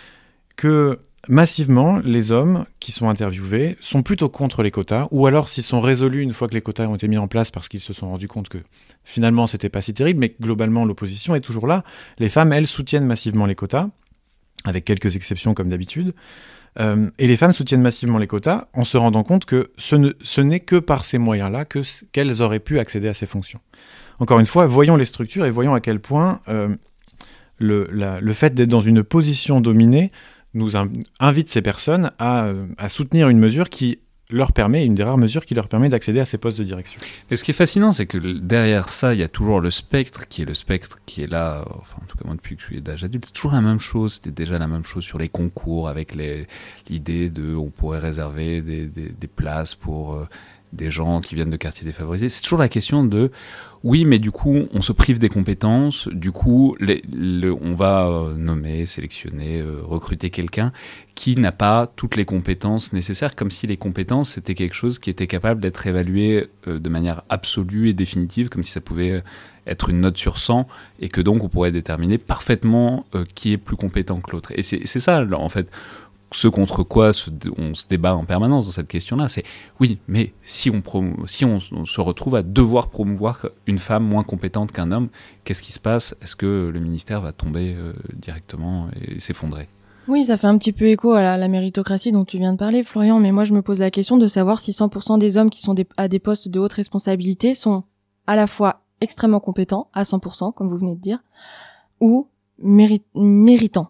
Que massivement, les hommes qui sont interviewés sont plutôt contre les quotas, ou alors s'ils sont résolus une fois que les quotas ont été mis en place parce qu'ils se sont rendus compte que finalement c'était pas si terrible, mais globalement l'opposition est toujours là. Les femmes, elles, soutiennent massivement les quotas, avec quelques exceptions comme d'habitude, euh, et les femmes soutiennent massivement les quotas en se rendant compte que ce, ne, ce n'est que par ces moyens-là que, qu'elles auraient pu accéder à ces fonctions. Encore une fois, voyons les structures et voyons à quel point euh, le, la, le fait d'être dans une position dominée nous invite ces personnes à, à soutenir une mesure qui leur permet, une des rares mesures qui leur permet d'accéder à ces postes de direction. Et ce qui est fascinant, c'est que derrière ça, il y a toujours le spectre, qui est le spectre qui est là, enfin en tout cas moi depuis que je suis d'âge adulte, c'est toujours la même chose, c'était déjà la même chose sur les concours, avec les, l'idée de, on pourrait réserver des, des, des places pour euh, des gens qui viennent de quartiers défavorisés. C'est toujours la question de, oui, mais du coup, on se prive des compétences, du coup, les, le, on va euh, nommer, sélectionner, euh, recruter quelqu'un qui n'a pas toutes les compétences nécessaires, comme si les compétences, c'était quelque chose qui était capable d'être évalué euh, de manière absolue et définitive, comme si ça pouvait être une note sur cent, et que donc on pourrait déterminer parfaitement euh, qui est plus compétent que l'autre. Et c'est, c'est ça, en fait, ce contre quoi on se débat en permanence dans cette question-là, c'est oui, mais si on, promo- si on, on se retrouve à devoir promouvoir une femme moins compétente qu'un homme, qu'est-ce qui se passe ? Est-ce que le ministère va tomber euh, directement et s'effondrer ? Oui, ça fait un petit peu écho à la, la méritocratie dont tu viens de parler, Florian, mais moi je me pose la question de savoir si cent pour cent des hommes qui sont des, à des postes de haute responsabilité sont à la fois extrêmement compétents, à cent pour cent, comme vous venez de dire, ou méri- méritants.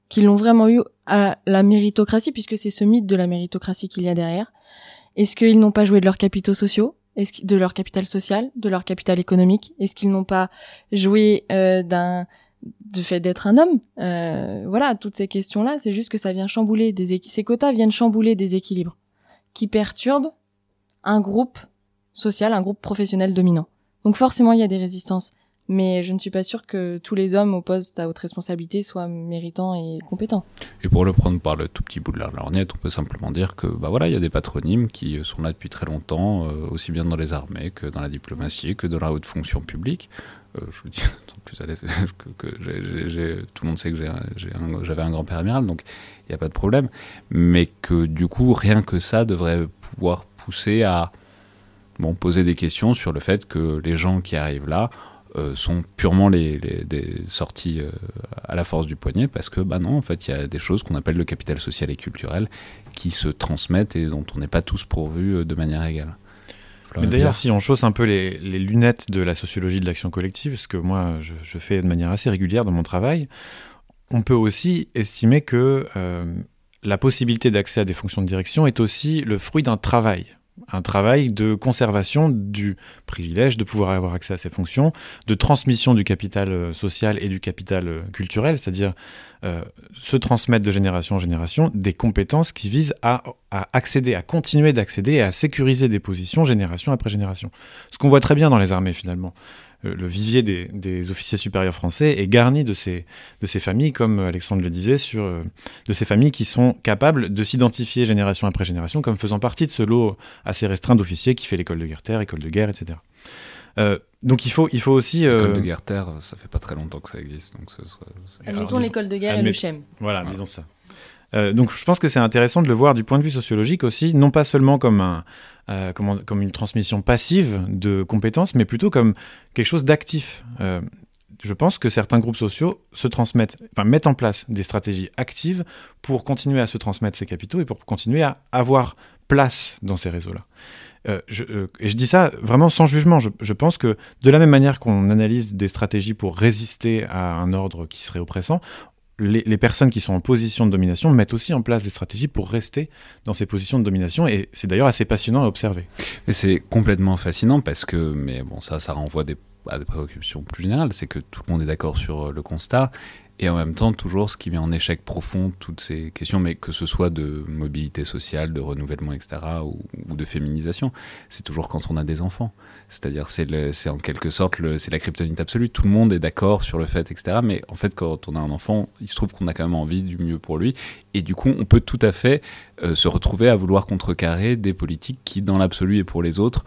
qu'ils l'ont vraiment eu à la méritocratie, puisque c'est ce mythe de la méritocratie qu'il y a derrière? Est-ce qu'ils n'ont pas joué de leurs capitaux sociaux? Est-ce que, de leur capital social, de leur capital économique? Est-ce qu'ils n'ont pas joué euh, d'un du fait d'être un homme? euh, Voilà, toutes ces questions-là, c'est juste que ça vient chambouler des équ- ces quotas viennent chambouler des équilibres qui perturbent un groupe social, un groupe professionnel dominant. Donc forcément, il y a des résistances. Mais je ne suis pas sûre que tous les hommes au poste à haute responsabilité soient méritants et compétents. Et pour le prendre par le tout petit bout de la lorgnette, on peut simplement dire que bah voilà, il y a des patronymes qui sont là depuis très longtemps, euh, aussi bien dans les armées que dans la diplomatie, que dans la haute fonction publique. Euh, je vous dis, plus à l'aise que, que j'ai, j'ai, j'ai, tout le monde sait que j'ai, j'ai un, j'avais un grand-père amiral, donc il n'y a pas de problème. Mais que du coup, rien que ça devrait pouvoir pousser à bon, poser des questions sur le fait que les gens qui arrivent là Euh, sont purement les, les, des sorties euh, à la force du poignet, parce que bah non, en fait, il y a des choses qu'on appelle le capital social et culturel qui se transmettent et dont on n'est pas tous pourvus euh, de manière égale. Mais d'ailleurs, si on chausse un peu les, les lunettes de la sociologie de l'action collective, ce que moi je, je fais de manière assez régulière dans mon travail, on peut aussi estimer que euh, la possibilité d'accès à des fonctions de direction est aussi le fruit d'un travail. Un travail de conservation du privilège de pouvoir avoir accès à ces fonctions, de transmission du capital social et du capital culturel, c'est-à-dire euh, se transmettre de génération en génération des compétences qui visent à, à accéder, à continuer d'accéder et à sécuriser des positions génération après génération. Ce qu'on voit très bien dans les armées finalement. Le vivier des, des officiers supérieurs français est garni de ces, de ces familles, comme Alexandre le disait, sur, euh, de ces familles qui sont capables de s'identifier génération après génération comme faisant partie de ce lot assez restreint d'officiers qui fait l'école de guerre-terre, école de guerre, et cetera. Euh, donc il faut, il faut aussi... Euh... L'école de guerre-terre, ça fait pas très longtemps que ça existe. Donc ce serait, c'est... Admettons l'école de guerre admet... et le C H E M. Voilà, ouais. Disons ça. Euh, donc je pense que c'est intéressant de le voir du point de vue sociologique aussi, non pas seulement comme, un, euh, comme, comme une transmission passive de compétences, mais plutôt comme quelque chose d'actif. Euh, je pense que certains groupes sociaux se transmettent, enfin, mettent en place des stratégies actives pour continuer à se transmettre ces capitaux et pour continuer à avoir place dans ces réseaux-là. Euh, je, euh, et je dis ça vraiment sans jugement. Je, je pense que de la même manière qu'on analyse des stratégies pour résister à un ordre qui serait oppressant, Les, les personnes qui sont en position de domination mettent aussi en place des stratégies pour rester dans ces positions de domination, et c'est d'ailleurs assez passionnant à observer. Et c'est complètement fascinant parce que, mais bon, ça, ça renvoie des, à des préoccupations plus générales, c'est que tout le monde est d'accord sur le constat, et en même temps, toujours ce qui met en échec profond toutes ces questions, mais que ce soit de mobilité sociale, de renouvellement, et cetera, ou, ou de féminisation, c'est toujours quand on a des enfants. C'est-à-dire, c'est, le, c'est en quelque sorte, le, c'est la kryptonite absolue. Tout le monde est d'accord sur le fait, et cetera. Mais en fait, quand on a un enfant, il se trouve qu'on a quand même envie du mieux pour lui. Et du coup, on peut tout à fait euh, se retrouver à vouloir contrecarrer des politiques qui, dans l'absolu et pour les autres,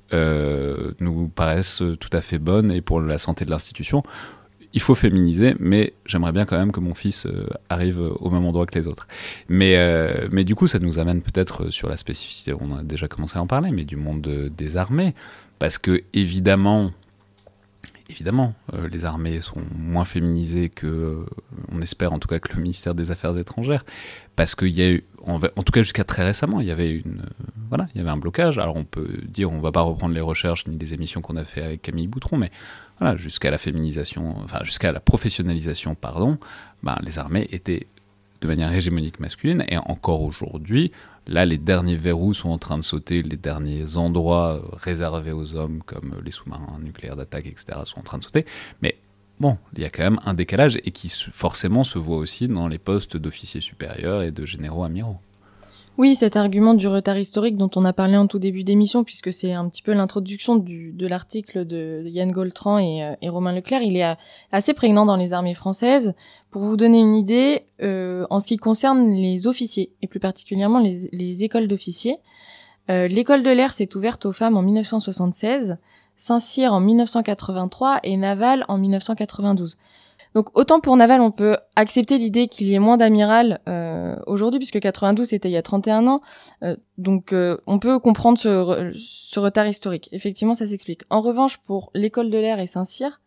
euh, nous paraissent tout à fait bonnes et pour la santé de l'institution. Il faut féminiser, mais j'aimerais bien quand même que mon fils euh, arrive au même endroit que les autres. Mais, euh, mais du coup, ça nous amène peut-être sur la spécificité, on a déjà commencé à en parler, mais du monde de, des armées. Parce que, évidemment, évidemment euh, les armées sont moins féminisées que, euh, on espère en tout cas, que le ministère des Affaires étrangères. Parce qu'il y a eu, en, en tout cas jusqu'à très récemment, il y avait une, euh, voilà, il y avait un blocage. Alors on peut dire, on ne va pas reprendre les recherches ni les émissions qu'on a fait avec Camille Boutron, mais voilà, jusqu'à la féminisation, enfin jusqu'à la professionnalisation, pardon, ben, les armées étaient de manière hégémonique masculine, et encore aujourd'hui, là, les derniers verrous sont en train de sauter, les derniers endroits réservés aux hommes, comme les sous-marins nucléaires d'attaque, et cetera, sont en train de sauter, mais bon, il y a quand même un décalage, et qui forcément se voit aussi dans les postes d'officiers supérieurs et de généraux amiraux. Oui, cet argument du retard historique dont on a parlé en tout début d'émission, puisque c'est un petit peu l'introduction du, de l'article de Yann Goltran et, euh, et Romain Leclerc, il est euh, assez prégnant dans les armées françaises. Pour vous donner une idée, euh, en ce qui concerne les officiers, et plus particulièrement les, les écoles d'officiers, euh, l'école de l'air s'est ouverte aux femmes en mille neuf cent soixante-seize, Saint-Cyr en mille neuf cent quatre-vingt-trois et Naval en mille neuf cent quatre-vingt-douze. Donc autant pour Naval, on peut accepter l'idée qu'il y ait moins d'amiral euh, aujourd'hui, puisque quatre-vingt-douze c'était il y a trente et un ans, euh, donc euh, on peut comprendre ce, re- ce retard historique. Effectivement, ça s'explique. En revanche, pour l'école de l'air et Saint-Cyr,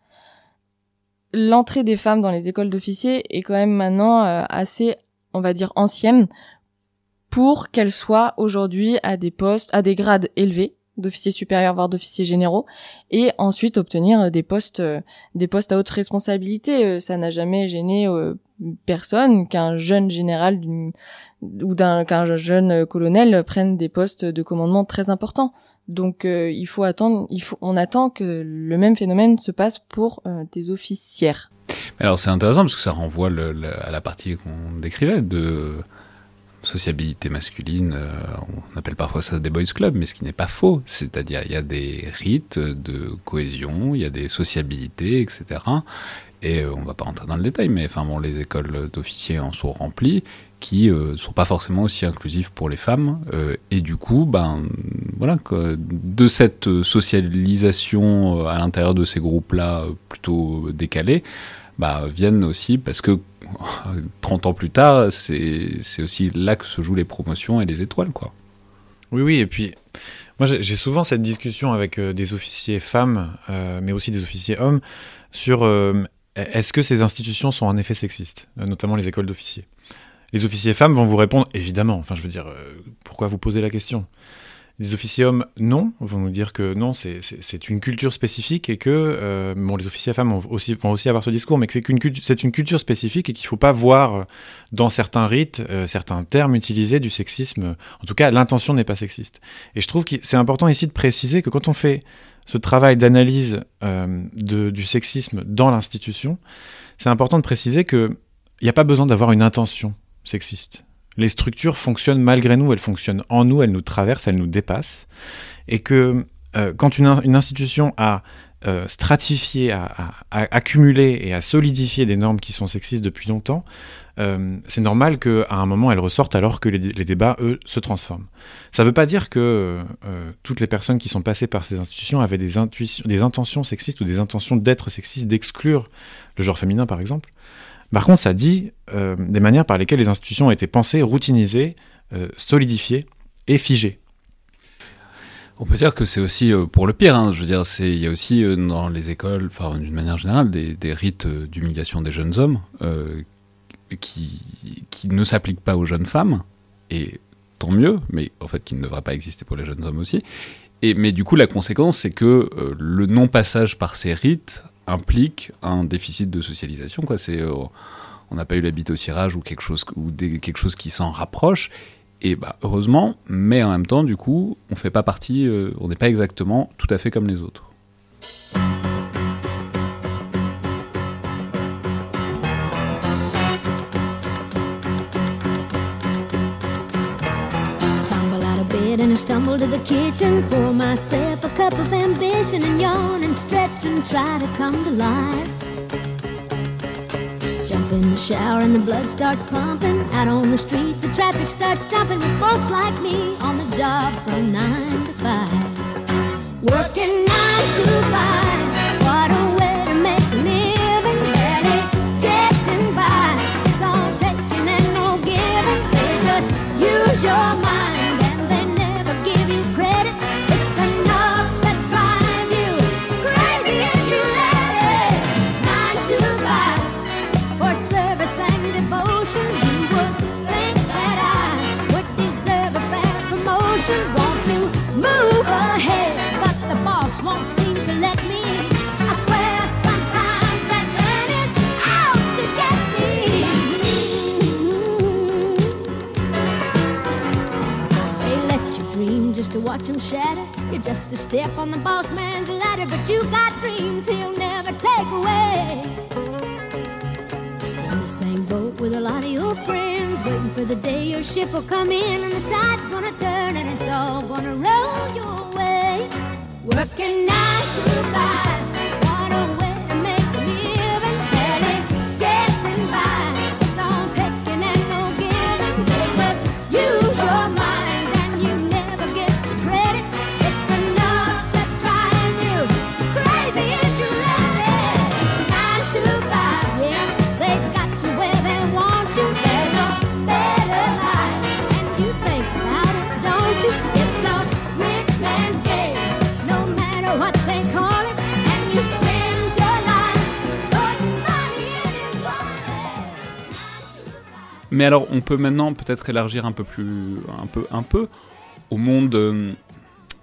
l'entrée des femmes dans les écoles d'officiers est quand même maintenant euh, assez, on va dire, ancienne, pour qu'elles soient aujourd'hui à des postes, à des grades élevés d'officiers supérieurs, voire d'officiers généraux, et ensuite obtenir des postes, des postes à haute responsabilité. Ça n'a jamais gêné euh, personne qu'un jeune général d'une, ou d'un, qu'un jeune colonel prenne des postes de commandement très importants. Donc euh, il faut attendre, il faut, on attend que le même phénomène se passe pour euh, des officières. Alors c'est intéressant parce que ça renvoie le, le, à la partie qu'on décrivait de sociabilité masculine, euh, on appelle parfois ça des boys clubs, mais ce qui n'est pas faux, c'est-à-dire il y a des rites de cohésion, il y a des sociabilités, et cetera. Et euh, on ne va pas rentrer dans le détail, mais enfin bon, les écoles d'officiers en sont remplies, qui ne euh, sont pas forcément aussi inclusives pour les femmes, euh, et du coup, ben voilà, quoi, de cette socialisation à l'intérieur de ces groupes-là plutôt décalés, bah, viennent aussi parce que trente ans plus tard, c'est, c'est aussi là que se jouent les promotions et les étoiles, quoi. Oui, oui, et puis moi j'ai, j'ai souvent cette discussion avec euh, des officiers femmes, euh, mais aussi des officiers hommes, sur euh, est-ce que ces institutions sont en effet sexistes, euh, notamment les écoles d'officiers. Les officiers femmes vont vous répondre évidemment, enfin je veux dire, euh, pourquoi vous posez la question ? Les officiers hommes, non, vont nous dire que non, c'est, c'est, c'est une culture spécifique et que, euh, bon, les officiers femmes vont aussi, vont aussi avoir ce discours, mais que c'est, qu'une, c'est une culture spécifique et qu'il ne faut pas voir dans certains rites, euh, certains termes utilisés du sexisme. En tout cas, l'intention n'est pas sexiste. Et je trouve que c'est important ici de préciser que quand on fait ce travail d'analyse euh, de, du sexisme dans l'institution, c'est important de préciser qu'il n'y a pas besoin d'avoir une intention sexiste. Les structures fonctionnent malgré nous, elles fonctionnent en nous, elles nous traversent, elles nous dépassent. Et que euh, quand une, une institution a euh, stratifié, a, a, a accumulé et a solidifié des normes qui sont sexistes depuis longtemps, euh, c'est normal qu'à un moment elles ressortent alors que les, les débats, eux, se transforment. Ça ne veut pas dire que euh, toutes les personnes qui sont passées par ces institutions avaient des, intuitions, des intentions sexistes ou des intentions d'être sexistes, d'exclure le genre féminin par exemple. Par contre, ça dit euh, des manières par lesquelles les institutions ont été pensées, routinisées, euh, solidifiées et figées. On peut dire que c'est aussi euh, pour le pire. Hein. Je veux dire, c'est il y a aussi euh, dans les écoles, enfin d'une manière générale, des, des rites euh, d'humiliation des jeunes hommes euh, qui qui ne s'appliquent pas aux jeunes femmes, et tant mieux, mais en fait qui ne devraient pas exister pour les jeunes hommes aussi. Et mais du coup, la conséquence, c'est que euh, le non-passage par ces rites implique un déficit de socialisation, quoi. C'est, euh, on n'a pas eu la bite au cirage ou quelque chose, ou des, quelque chose qui s'en rapproche, et bah, heureusement, mais en même temps, du coup, on fait pas partie, euh, on n'est pas exactement tout à fait comme les autres. And I stumble to the kitchen, pour myself a cup of ambition, and yawn and stretch and try to come to life. Jump in the shower and the blood starts pumping. Out on the streets the traffic starts jumping with folks like me on the job from nine to five. Working nine to five, what a way to make a living. Barely getting by, it's all taking and no giving. They just use your mind. Want to move ahead, but the boss won't seem to let me. I swear sometimes that man is out to get me. They let you dream just to watch him shatter. You're just a step on the boss man's ladder, but you got dreams he'll never take away. On the same boat with a lot of your friends, waiting for the day your ship will come in and the tide's gonna turn and it's all gonna roll your way. Working nine to five, what a way to make a living. Barely getting by, it's all taking and no giving. They just use your mind and you never get the credit. It's enough to drive you crazy if you let it. Nine to five, yeah, they got you where they want you. There's a better life, and you think about it, don't you? It's a rich man's game, no matter what they call it, and you spend your life putting money in his wallet. Mais alors, on peut maintenant peut-être élargir un peu plus, un peu, un peu au monde, euh,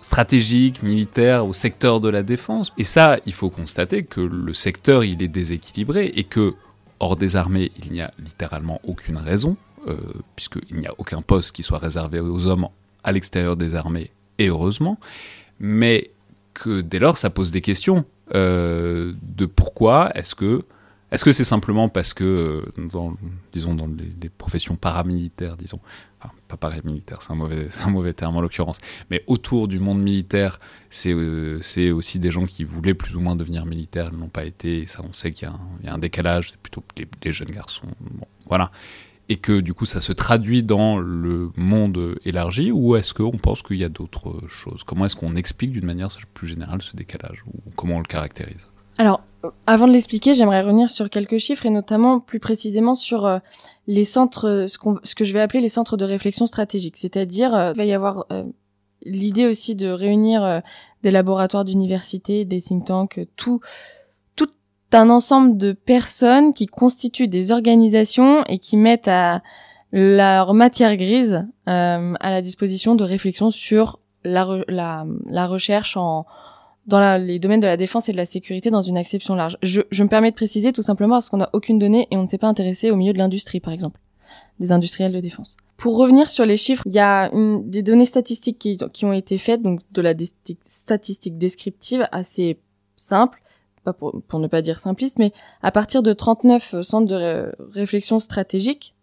stratégiques, militaires, au secteur de la défense. Et ça, il faut constater que le secteur, il est déséquilibré et que, hors des armées, il n'y a littéralement aucune raison, euh, puisqu'il n'y a aucun poste qui soit réservé aux hommes à l'extérieur des armées, et heureusement, mais que dès lors, ça pose des questions euh, de pourquoi est-ce que Est-ce que c'est simplement parce que, dans, disons, dans les, les professions paramilitaires, disons, enfin, pas paramilitaires, c'est un mauvais, c'est un mauvais terme en l'occurrence, mais autour du monde militaire, c'est, euh, c'est aussi des gens qui voulaient plus ou moins devenir militaires, ils n'ont pas été, et ça on sait qu'il y a un, il y a un décalage, c'est plutôt les, les jeunes garçons, bon, voilà. Et que du coup ça se traduit dans le monde élargi, ou est-ce qu'on pense qu'il y a d'autres choses ? Comment est-ce qu'on explique d'une manière plus générale ce décalage, ou comment on le caractérise ? Alors, avant de l'expliquer, j'aimerais revenir sur quelques chiffres et notamment plus précisément sur euh, les centres, ce, qu'on, ce que je vais appeler les centres de réflexion stratégique. C'est-à-dire, euh, il va y avoir euh, l'idée aussi de réunir euh, des laboratoires d'université, des think tanks, tout, tout un ensemble de personnes qui constituent des organisations et qui mettent à leur matière grise euh, à la disposition de réflexion sur la, re- la, la recherche en dans la, les domaines de la défense et de la sécurité dans une acception large. Je, je me permets de préciser tout simplement parce qu'on n'a aucune donnée et on ne s'est pas intéressé au milieu de l'industrie, par exemple, des industriels de défense. Pour revenir sur les chiffres, il y a une, des données statistiques qui, qui ont été faites, donc de la dé- statistique descriptive assez simple, pas pour, pour ne pas dire simpliste, mais à partir de trente-neuf centres de ré- réflexion stratégique,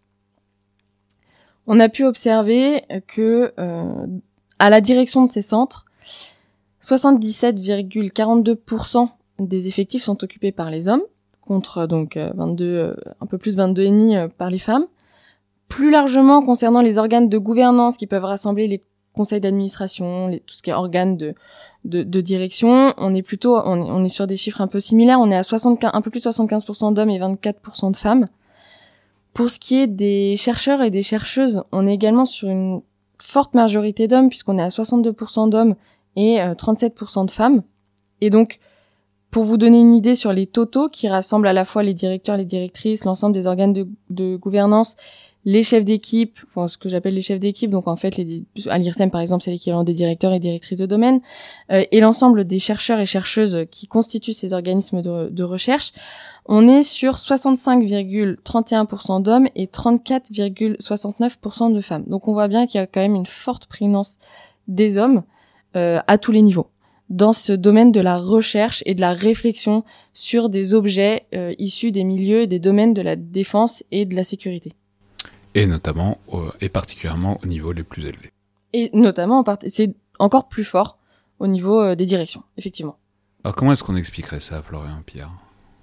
on a pu observer que euh, à la direction de ces centres, soixante-dix-sept virgule quarante-deux pour cent des effectifs sont occupés par les hommes, contre donc vingt-deux, euh, un peu plus de vingt-deux virgule cinq pour cent par les femmes. Plus largement, concernant les organes de gouvernance qui peuvent rassembler les conseils d'administration, les, tout ce qui est organes de, de, de direction, on est plutôt, on est, on est sur des chiffres un peu similaires. On est à soixante-quinze, un peu plus de soixante-quinze pour cent d'hommes et vingt-quatre pour cent de femmes. Pour ce qui est des chercheurs et des chercheuses, on est également sur une forte majorité d'hommes puisqu'on est à soixante-deux pour cent d'hommes et euh, trente-sept pour cent de femmes. Et donc, pour vous donner une idée sur les totaux qui rassemblent à la fois les directeurs, les directrices, l'ensemble des organes de, de gouvernance, les chefs d'équipe, enfin ce que j'appelle les chefs d'équipe, donc en fait les, à l'I R S E M par exemple c'est l'équivalent des directeurs et directrices de domaine, euh, et l'ensemble des chercheurs et chercheuses qui constituent ces organismes de, de recherche, on est sur soixante-cinq virgule trente et un pour cent d'hommes et trente-quatre virgule soixante-neuf pour cent de femmes. Donc on voit bien qu'il y a quand même une forte prégnance des hommes euh, à tous les niveaux dans ce domaine de la recherche et de la réflexion sur des objets euh, issus des milieux et des domaines de la défense et de la sécurité. Et notamment, euh, et particulièrement au niveau les plus élevés. Et notamment, en part... c'est encore plus fort au niveau euh, des directions, effectivement. Alors comment est-ce qu'on expliquerait ça, Florian Pierre ?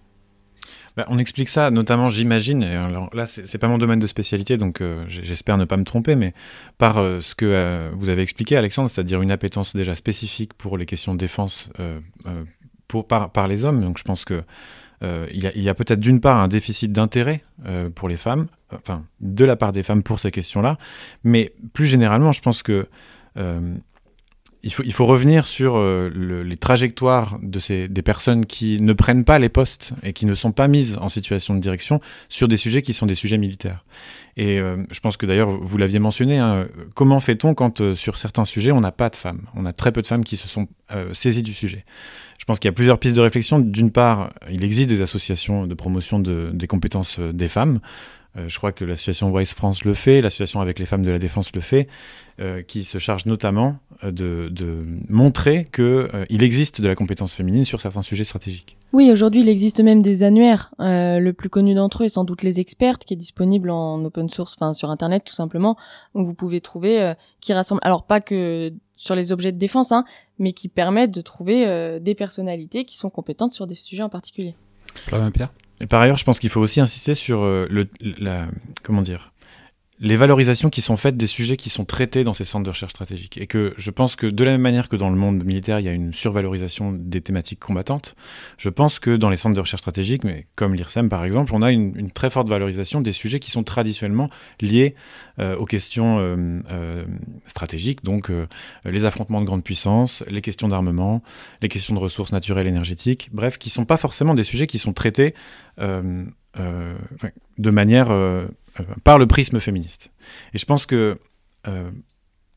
Ben, on explique ça, notamment, j'imagine, et alors là, c'est, c'est pas mon domaine de spécialité, donc euh, j'espère ne pas me tromper, mais par euh, ce que euh, vous avez expliqué, Alexandre, c'est-à-dire une appétence déjà spécifique pour les questions de défense euh, euh, pour, par, par les hommes. Donc je pense que euh, il y a, il y a peut-être d'une part un déficit d'intérêt euh, pour les femmes, enfin, de la part des femmes pour ces questions-là, mais plus généralement, je pense que euh, Il faut, il faut revenir sur euh, le, les trajectoires de ces, des personnes qui ne prennent pas les postes et qui ne sont pas mises en situation de direction sur des sujets qui sont des sujets militaires. Et euh, je pense que d'ailleurs, vous l'aviez mentionné, hein, comment fait-on quand euh, sur certains sujets, on n'a pas de femmes ? On a très peu de femmes qui se sont euh, saisies du sujet. Je pense qu'il y a plusieurs pistes de réflexion. D'une part, il existe des associations de promotion de, des compétences euh, des femmes. Euh, je crois que l'association Wise France le fait, l'association avec les femmes de la défense le fait, euh, qui se charge notamment euh, de, de montrer qu'il euh, existe de la compétence féminine sur certains sujets stratégiques. Oui, aujourd'hui, il existe même des annuaires. Euh, le plus connu d'entre eux est sans doute Les Expertes, qui est disponible en open source, enfin sur Internet tout simplement, où vous pouvez trouver, euh, qui rassemble, alors pas que sur les objets de défense, hein, mais qui permettent de trouver euh, des personnalités qui sont compétentes sur des sujets en particulier. Florian Pierre ? Et par ailleurs, je pense qu'il faut aussi insister sur euh, le, la, comment dire, les valorisations qui sont faites des sujets qui sont traités dans ces centres de recherche stratégique. Et que je pense que de la même manière que dans le monde militaire, il y a une survalorisation des thématiques combattantes, je pense que dans les centres de recherche stratégique, mais comme l'I R S E M par exemple, on a une, une très forte valorisation des sujets qui sont traditionnellement liés euh, aux questions euh, euh, stratégiques, donc euh, les affrontements de grandes puissances, les questions d'armement, les questions de ressources naturelles énergétiques, bref, qui ne sont pas forcément des sujets qui sont traités euh, euh, de manière... Euh, par le prisme féministe. Et je pense que euh,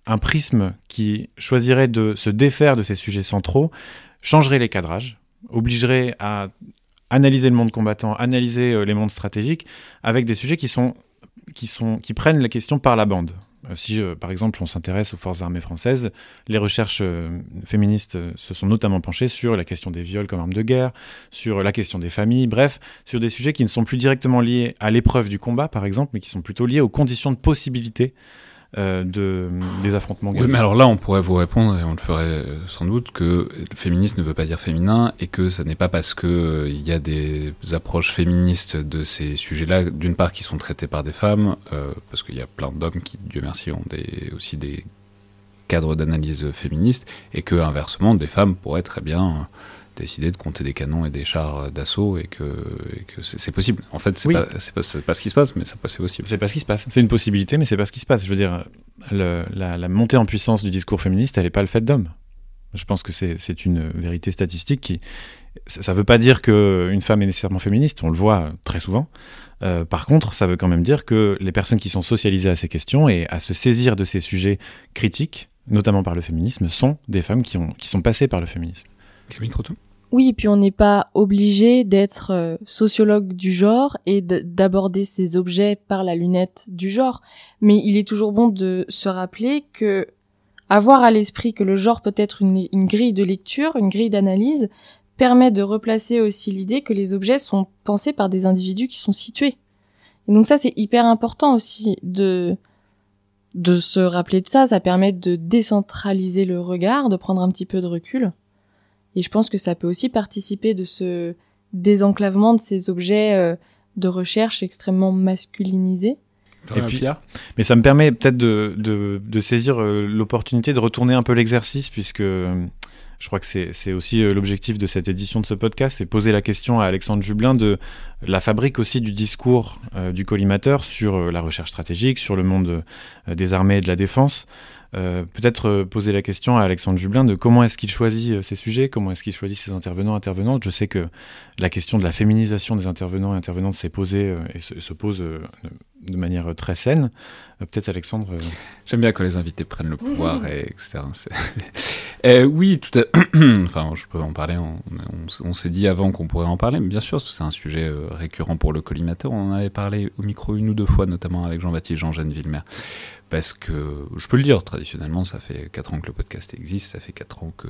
un prisme qui choisirait de se défaire de ces sujets centraux changerait les cadrages, obligerait à analyser le monde combattant, analyser euh, les mondes stratégiques, avec des sujets qui, sont, qui, sont, qui prennent la question par la bande. Euh, si, euh, par exemple, on s'intéresse aux forces armées françaises, les recherches euh, féministes euh, se sont notamment penchées sur la question des viols comme arme de guerre, sur la question des familles, bref, sur des sujets qui ne sont plus directement liés à l'épreuve du combat, par exemple, mais qui sont plutôt liés aux conditions de possibilité Euh, de, des affrontements. Oui, mais alors là, on pourrait vous répondre, et on le ferait sans doute, que féministe ne veut pas dire féminin, et que ça n'est pas parce qu'il euh, y a des approches féministes de ces sujets-là, d'une part, qui sont traités par des femmes, euh, parce qu'il y a plein d'hommes qui, Dieu merci, ont des, aussi des cadres d'analyse féministes, et que, inversement, des femmes pourraient très bien euh, décider de compter des canons et des chars d'assaut, et que, et que c'est, c'est possible. En fait, c'est, oui. pas, c'est, pas, c'est pas ce qui se passe, mais c'est pas c'est possible. C'est pas ce qui se passe. C'est une possibilité, mais c'est pas ce qui se passe. Je veux dire, le, la, la montée en puissance du discours féministe, elle n'est pas le fait d'hommes. Je pense que c'est, c'est une vérité statistique qui... Ça ne veut pas dire qu'une femme est nécessairement féministe, on le voit très souvent. Euh, par contre, ça veut quand même dire que les personnes qui sont socialisées à ces questions et à se saisir de ces sujets critiques, notamment par le féminisme, sont des femmes qui, ont, qui sont passées par le féminisme. Camille Trottou ? Oui, et puis on n'est pas obligé d'être euh, sociologue du genre et d- d'aborder ces objets par la lunette du genre. Mais il est toujours bon de se rappeler que avoir à l'esprit que le genre peut être une, une grille de lecture, une grille d'analyse, permet de replacer aussi l'idée que les objets sont pensés par des individus qui sont situés. Et donc ça, c'est hyper important aussi de de se rappeler de ça. Ça permet de décentraliser le regard, de prendre un petit peu de recul. Et je pense que ça peut aussi participer de ce désenclavement de ces objets euh, de recherche extrêmement masculinisés. Et puis, mais ça me permet peut-être de, de, de saisir euh, l'opportunité de retourner un peu l'exercice, puisque euh, je crois que c'est, c'est aussi euh, l'objectif de cette édition de ce podcast, c'est poser la question à Alexandre Jublin de la fabrique aussi du discours euh, du collimateur sur euh, la recherche stratégique, sur le monde euh, des armées et de la défense. Euh, peut-être euh, poser la question à Alexandre Jublin de comment est-ce qu'il choisit euh, ses sujets, comment est-ce qu'il choisit ses intervenants, intervenantes. Je sais que la question de la féminisation des intervenants et intervenantes s'est posée euh, et se, se pose euh, de manière très saine. Euh, peut-être Alexandre... Euh... J'aime bien quand les invités prennent le pouvoir, et, etc. euh, oui, tout à... enfin, je peux en parler, on, on, on s'est dit avant qu'on pourrait en parler, mais bien sûr, c'est un sujet euh, récurrent pour le collimateur. On en avait parlé au micro une ou deux fois, notamment avec Jean-Baptiste Jean-Jeanne Villemer. Parce que, je peux le dire, traditionnellement, ça fait quatre ans que le podcast existe, ça fait quatre ans que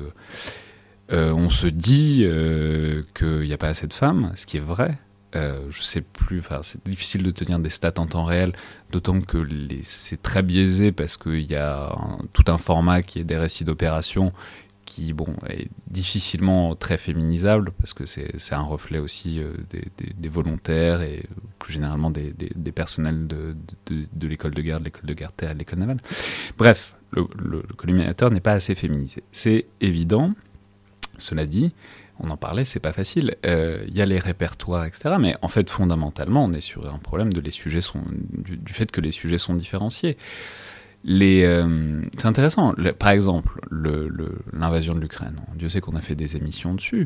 euh, on se dit euh, qu'il n'y a pas assez de femmes, ce qui est vrai. Euh, je sais plus, enfin, c'est difficile de tenir des stats en temps réel, d'autant que les, c'est très biaisé parce qu'il y a un, tout un format qui est des récits d'opération qui, bon, est difficilement très féminisable parce que c'est, c'est un reflet aussi euh, des, des, des volontaires et plus généralement des, des, des personnels de, de, de l'école de guerre, de l'école de guerre terre, de l'école navale. Bref, le, le, le collimateur n'est pas assez féminisé. C'est évident, cela dit, on en parlait, c'est pas facile. Il euh, y a les répertoires, et cetera. Mais en fait, fondamentalement, on est sur un problème de les sujets sont, du, du fait que les sujets sont différenciés. Les, euh, c'est intéressant. Le, par exemple, le, le, l'invasion de l'Ukraine. Dieu sait qu'on a fait des émissions dessus.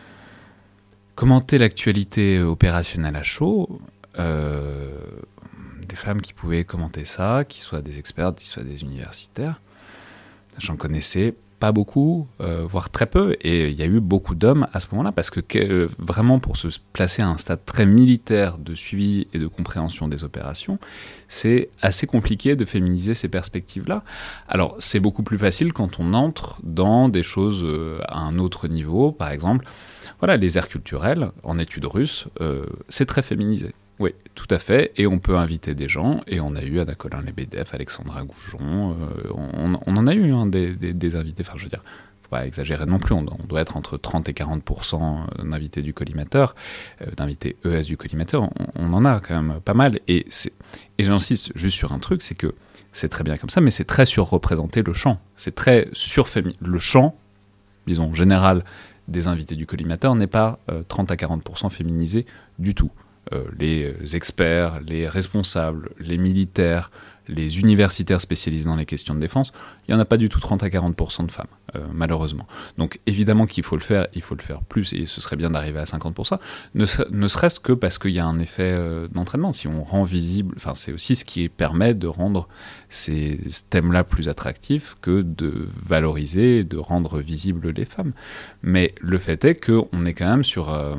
Commenter l'actualité opérationnelle à chaud, euh, des femmes qui pouvaient commenter ça, qui soient des expertes, qui soient des universitaires, j'en connaissais pas beaucoup, euh, voire très peu, et il y a eu beaucoup d'hommes à ce moment-là, parce que, que vraiment pour se placer à un stade très militaire de suivi et de compréhension des opérations, c'est assez compliqué de féminiser ces perspectives-là. Alors c'est beaucoup plus facile quand on entre dans des choses euh, à un autre niveau, par exemple, voilà, les aires culturelles en études russes, euh, c'est très féminisé. Oui, tout à fait, et on peut inviter des gens, et on a eu Anna Colin-Lebedev, Alexandra Goujon, euh, on, on en a eu hein, des, des, des invités, enfin je veux dire, faut pas exagérer non plus, on, on doit être entre trente et quarante pour cent d'invités du collimateur, euh, d'invités E S du collimateur, on, on en a quand même pas mal, et, c'est, et j'insiste juste sur un truc, c'est que c'est très bien comme ça, mais c'est très surreprésenté le champ, c'est très surféminisé, le champ, disons, général des invités du collimateur n'est pas euh, trente à quarante pour cent féminisé du tout. Euh, les experts, les responsables, les militaires, les universitaires spécialisés dans les questions de défense, il n'y en a pas du tout trente à quarante pour cent de femmes, euh, malheureusement. Donc évidemment qu'il faut le faire, il faut le faire plus, et ce serait bien d'arriver à cinquante pour cent, ne, ne serait-ce que parce qu'il y a un effet euh, d'entraînement. Si on rend visible, enfin c'est aussi ce qui permet de rendre ces thèmes-là plus attractifs que de valoriser, de rendre visibles les femmes. Mais le fait est qu'on est quand même sur... Euh,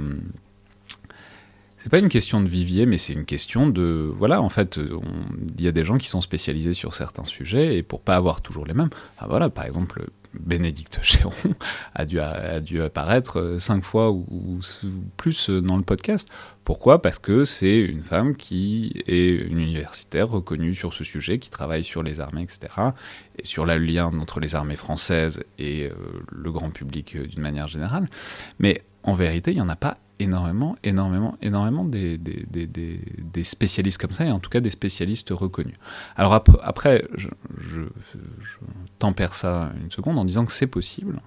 c'est pas une question de vivier, mais c'est une question de... Voilà, en fait, il y a des gens qui sont spécialisés sur certains sujets, et pour pas avoir toujours les mêmes... Ah, voilà, par exemple, Bénédicte Chéron a dû, a dû apparaître cinq fois ou, ou plus dans le podcast. Pourquoi ? Parce que c'est une femme qui est une universitaire reconnue sur ce sujet, qui travaille sur les armées, et cetera, et sur le lien entre les armées françaises et euh, le grand public euh, d'une manière générale. Mais en vérité, il n'y en a pas énormément, énormément, énormément des, des, des, des, des spécialistes comme ça, et en tout cas des spécialistes reconnus. Alors ap- après, je, je, je tempère ça une seconde en disant que c'est possible,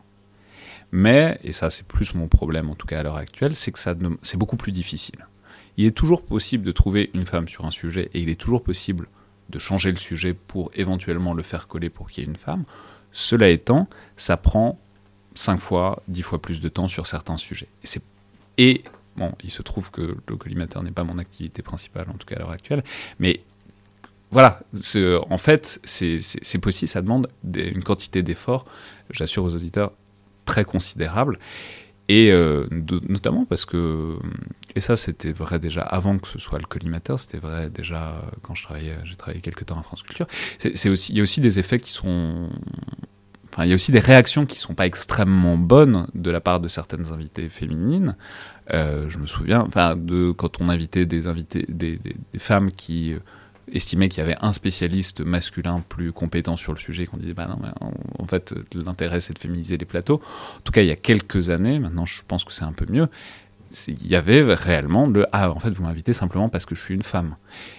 mais, et ça c'est plus mon problème en tout cas à l'heure actuelle, c'est que ça, c'est beaucoup plus difficile. Il est toujours possible de trouver une femme sur un sujet, et il est toujours possible de changer le sujet pour éventuellement le faire coller pour qu'il y ait une femme. Cela étant, ça prend cinq fois, dix fois plus de temps sur certains sujets. Et c'est Et, bon, il se trouve que le collimateur n'est pas mon activité principale, en tout cas à l'heure actuelle, mais voilà, c'est, en fait, c'est, c'est, c'est possible, ça demande des, une quantité d'efforts, j'assure aux auditeurs, très considérable, et euh, de, notamment parce que, et ça c'était vrai déjà avant que ce soit le collimateur, c'était vrai déjà quand je travaillais, j'ai travaillé quelques temps à France Culture, c'est, c'est aussi, il y a aussi des effets qui sont... Enfin, il y a aussi des réactions qui ne sont pas extrêmement bonnes de la part de certaines invitées féminines. Euh, je me souviens, enfin, de quand on invitait des invités, des, des, des femmes qui euh, estimaient qu'il y avait un spécialiste masculin plus compétent sur le sujet, qu'on disait, bah non, mais en, en fait, l'intérêt c'est de féminiser les plateaux. En tout cas, il y a quelques années, maintenant, je pense que c'est un peu mieux. C'est, il y avait réellement le ah, en fait, vous m'invitez simplement parce que je suis une femme,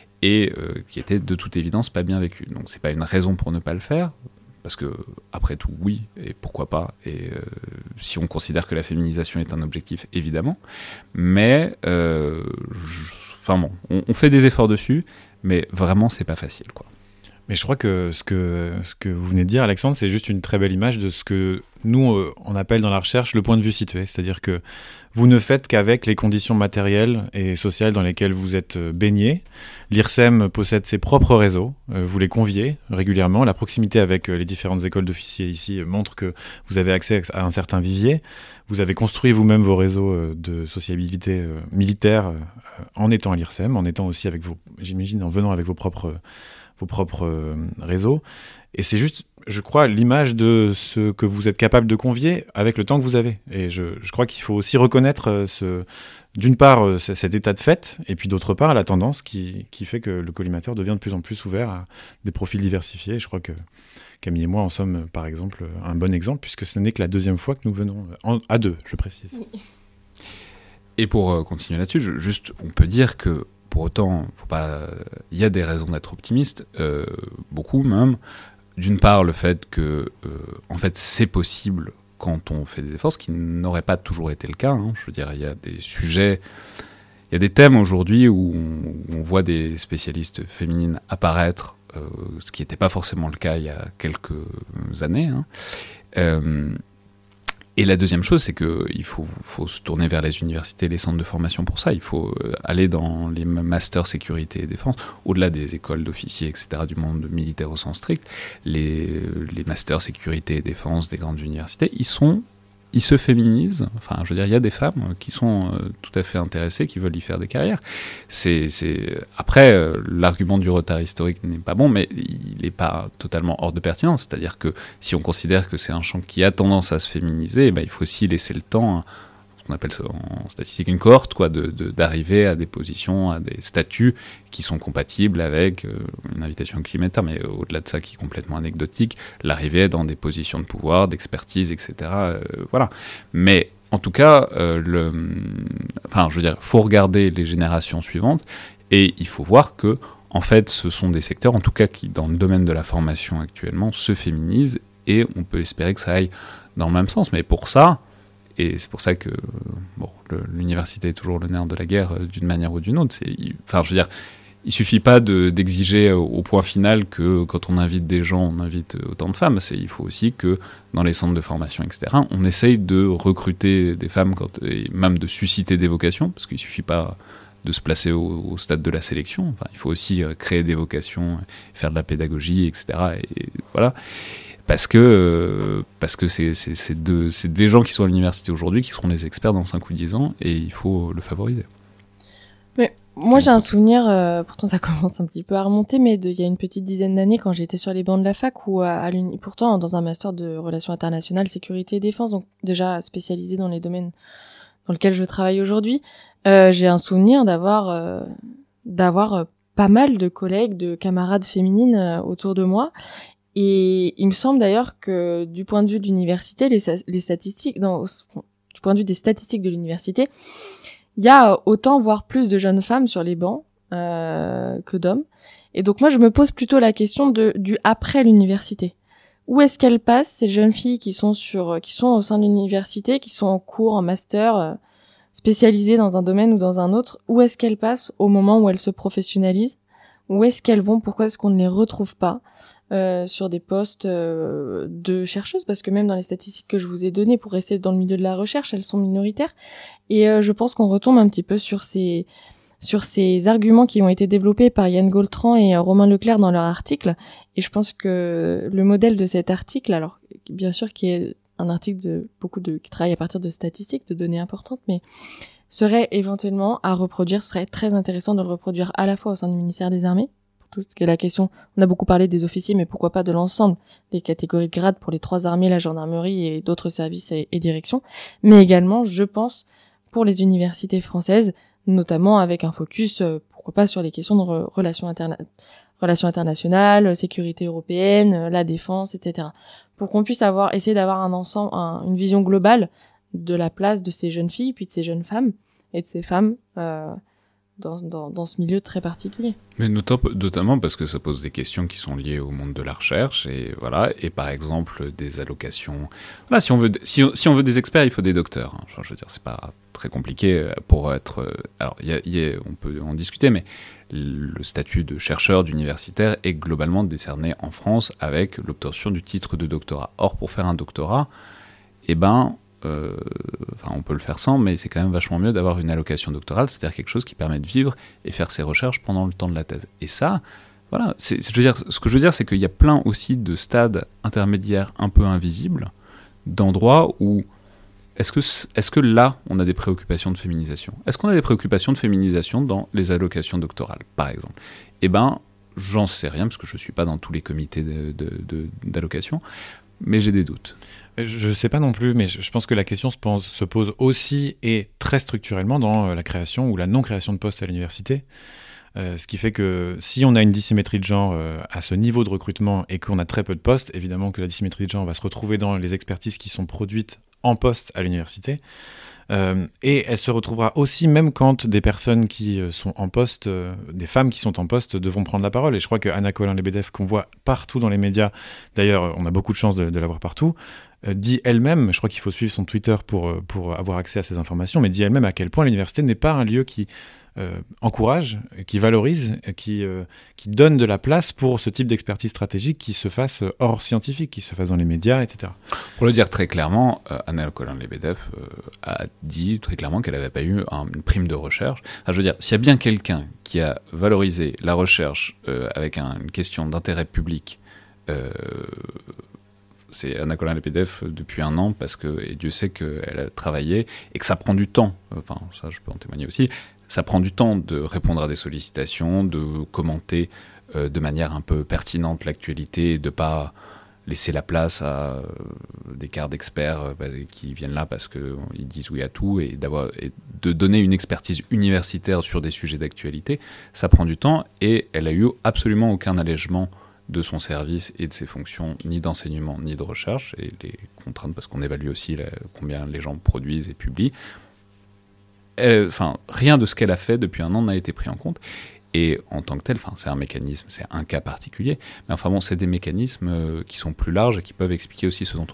et euh, qui était de toute évidence pas bien vécu. Donc, c'est pas une raison pour ne pas le faire. Parce que, après tout, oui, et pourquoi pas, et euh, si on considère que la féminisation est un objectif, évidemment, mais, euh, enfin bon, on, on fait des efforts dessus, mais vraiment, c'est pas facile, quoi. Mais je crois que ce, que ce que vous venez de dire, Alexandre, c'est juste une très belle image de ce que nous, euh, on appelle dans la recherche le point de vue situé. C'est-à-dire que vous ne faites qu'avec les conditions matérielles et sociales dans lesquelles vous êtes baignés. L'I R S E M possède ses propres réseaux. Euh, vous les conviez régulièrement. La proximité avec euh, les différentes écoles d'officiers ici euh, montre que vous avez accès à un certain vivier. Vous avez construit vous-même vos réseaux euh, de sociabilité euh, militaire euh, en étant à l'I R S E M, en étant aussi avec vos, j'imagine, en venant avec vos propres... Euh, vos propres euh, réseaux. Et c'est juste, je crois, l'image de ce que vous êtes capable de convier avec le temps que vous avez. Et je, je crois qu'il faut aussi reconnaître euh, ce, d'une part euh, cet état de fait, et puis d'autre part la tendance qui, qui fait que le collimateur devient de plus en plus ouvert à des profils diversifiés. Et je crois que Camille et moi en sommes, par exemple, un bon exemple, puisque ce n'est que la deuxième fois que nous venons en, à deux, je précise. Et pour euh, continuer là-dessus, je, juste, on peut dire que pour autant, faut pas... il y a des raisons d'être optimiste, euh, beaucoup même. D'une part, le fait que, euh, en fait, c'est possible quand on fait des efforts, ce qui n'aurait pas toujours été le cas. Hein. Je veux dire, il y a des sujets, il y a des thèmes aujourd'hui où on, où on voit des spécialistes féminines apparaître, euh, ce qui n'était pas forcément le cas il y a quelques années. Hein. Euh, Et la deuxième chose, c'est qu'il faut, faut se tourner vers les universités, les centres de formation pour ça. Il faut aller dans les masters sécurité et défense, au-delà des écoles d'officiers, et cetera, du monde militaire au sens strict. Les, les masters sécurité et défense des grandes universités, ils sont... ils se féminisent, enfin, je veux dire, il y a des femmes qui sont euh, tout à fait intéressées, qui veulent y faire des carrières. C'est, c'est... Après, euh, l'argument du retard historique n'est pas bon, mais il n'est pas totalement hors de pertinence. C'est-à-dire que si on considère que c'est un champ qui a tendance à se féminiser, eh ben, il faut aussi laisser le temps, à, ce qu'on appelle en statistique une cohorte, quoi, de, de, d'arriver à des positions, à des statuts qui sont compatibles avec euh, une invitation collimateur, mais au-delà de ça, qui est complètement anecdotique, l'arrivée dans des positions de pouvoir, d'expertise, et cetera. Euh, voilà. Mais en tout cas, euh, le, enfin, je veux dire, faut regarder les générations suivantes et il faut voir que, en fait, ce sont des secteurs, en tout cas, qui, dans le domaine de la formation actuellement, se féminisent et on peut espérer que ça aille dans le même sens. Mais pour ça, et c'est pour ça que bon, le, l'université est toujours le nerf de la guerre euh, d'une manière ou d'une autre. C'est, enfin, je veux dire, il suffit pas de, d'exiger au, au point final que quand on invite des gens, on invite autant de femmes. C'est, il faut aussi que dans les centres de formation, et cetera, on essaye de recruter des femmes quand, et même de susciter des vocations, parce qu'il suffit pas de se placer au, au stade de la sélection. Enfin, il faut aussi créer des vocations, faire de la pédagogie, et cetera. Et, et voilà. Parce que, euh, parce que c'est, c'est, c'est, de, c'est les gens qui sont à l'université aujourd'hui qui seront les experts dans cinq ou dix ans, et il faut le favoriser. Mais moi, j'ai un souvenir, euh, pourtant ça commence un petit peu à remonter, mais de, il y a une petite dizaine d'années, quand j'étais sur les bancs de la fac, ou à, à l'uni, pourtant dans un master de relations internationales, sécurité et défense, donc déjà spécialisé dans les domaines dans lesquels je travaille aujourd'hui, euh, j'ai un souvenir d'avoir, euh, d'avoir euh, pas mal de collègues, de camarades féminines euh, autour de moi. Et il me semble d'ailleurs que du point de vue de l'université, les, les statistiques, non, du point de vue des statistiques de l'université, il y a autant, voire plus de jeunes femmes sur les bancs euh, que d'hommes. Et donc moi, je me pose plutôt la question de du après l'université. Où est-ce qu'elles passent, ces jeunes filles qui sont sur, qui sont au sein de l'université, qui sont en cours, en master, euh, spécialisées dans un domaine ou dans un autre? Où est-ce qu'elles passent au moment où elles se professionnalisent? Où est-ce qu'elles vont? Pourquoi est-ce qu'on ne les retrouve pas euh, sur des postes euh, de chercheuses? Parce que même dans les statistiques que je vous ai données, pour rester dans le milieu de la recherche, elles sont minoritaires. Et euh, je pense qu'on retombe un petit peu sur ces sur ces arguments qui ont été développés par Yann Gaultran et euh, Romain Leclerc dans leur article. Et je pense que le modèle de cet article, alors bien sûr qui est un article de beaucoup de qui travaille à partir de statistiques, de données importantes, mais serait éventuellement à reproduire, ce serait très intéressant de le reproduire à la fois au sein du ministère des Armées, pour tout ce qui est la question, on a beaucoup parlé des officiers, mais pourquoi pas de l'ensemble des catégories de grades pour les trois armées, la gendarmerie et d'autres services et, et directions, mais également, je pense, pour les universités françaises, notamment avec un focus, euh, pourquoi pas, sur les questions de re- relations, interna- relations internationales, sécurité européenne, euh, la défense, et cetera. Pour qu'on puisse avoir, essayer d'avoir un ensemble, un, une vision globale de la place de ces jeunes filles, puis de ces jeunes femmes, et de ces femmes euh, dans, dans, dans ce milieu très particulier. Mais notamment parce que ça pose des questions qui sont liées au monde de la recherche, et voilà, et par exemple des allocations. Voilà, si on veut, si on, si on veut des experts, il faut des docteurs. Hein. Enfin, je veux dire, c'est pas très compliqué pour être. Alors, y a, y a, on peut en discuter, mais le statut de chercheur, d'universitaire est globalement décerné en France avec l'obtention du titre de doctorat. Or, pour faire un doctorat, eh ben Euh, enfin, on peut le faire sans, mais c'est quand même vachement mieux d'avoir une allocation doctorale, c'est-à-dire quelque chose qui permet de vivre et faire ses recherches pendant le temps de la thèse. Et ça, voilà, c'est, je veux dire, ce que je veux dire, c'est qu'il y a plein aussi de stades intermédiaires un peu invisibles, d'endroits où est-ce que, est-ce que là, on a des préoccupations de féminisation? Est-ce qu'on a des préoccupations de féminisation dans les allocations doctorales, par exemple? Eh ben, j'en sais rien, parce que je ne suis pas dans tous les comités de, de, de, d'allocation, mais j'ai des doutes. Je ne sais pas non plus, mais je pense que la question se pose, se pose aussi et très structurellement dans la création ou la non-création de postes à l'université. Euh, ce qui fait que si on a une dissymétrie de genre euh, à ce niveau de recrutement et qu'on a très peu de postes, évidemment que la dissymétrie de genre va se retrouver dans les expertises qui sont produites en poste à l'université. Euh, et elle se retrouvera aussi même quand des personnes qui sont en poste, euh, des femmes qui sont en poste devront prendre la parole. Et je crois que Anna Colin-Lebedev, qu'on voit partout dans les médias, d'ailleurs on a beaucoup de chance de, de la voir partout, euh, dit elle-même, je crois qu'il faut suivre son Twitter pour, pour avoir accès à ces informations, mais dit elle-même à quel point l'université n'est pas un lieu qui euh, encourage, qui valorise, qui, euh, qui donne de la place pour ce type d'expertise stratégique qui se fasse hors scientifique, qui se fasse dans les médias, et cetera. Pour le dire très clairement, euh, Anna Colin-Lebedev euh, a dit très clairement qu'elle n'avait pas eu un, une prime de recherche. Enfin, je veux dire, s'il y a bien quelqu'un qui a valorisé la recherche euh, avec un, une question d'intérêt public, euh, c'est Anna Colin-Lebedev depuis un an, parce que, et Dieu sait qu'elle a travaillé, et que ça prend du temps, enfin ça je peux en témoigner aussi, ça prend du temps de répondre à des sollicitations, de commenter euh, de manière un peu pertinente l'actualité, et de ne pas laisser la place à euh, des quarts d'experts euh, bah, qui viennent là parce qu'ils disent oui à tout, et, d'avoir, et de donner une expertise universitaire sur des sujets d'actualité, ça prend du temps, et elle a eu absolument aucun allègement de son service et de ses fonctions, ni d'enseignement, ni de recherche, et les contraintes, parce qu'on évalue aussi là, combien les gens produisent et publient. Enfin, rien de ce qu'elle a fait depuis un an n'a été pris en compte. Et en tant que tel, c'est un mécanisme, c'est un cas particulier. Mais enfin bon, c'est des mécanismes qui sont plus larges et qui peuvent expliquer aussi ce dont on parle.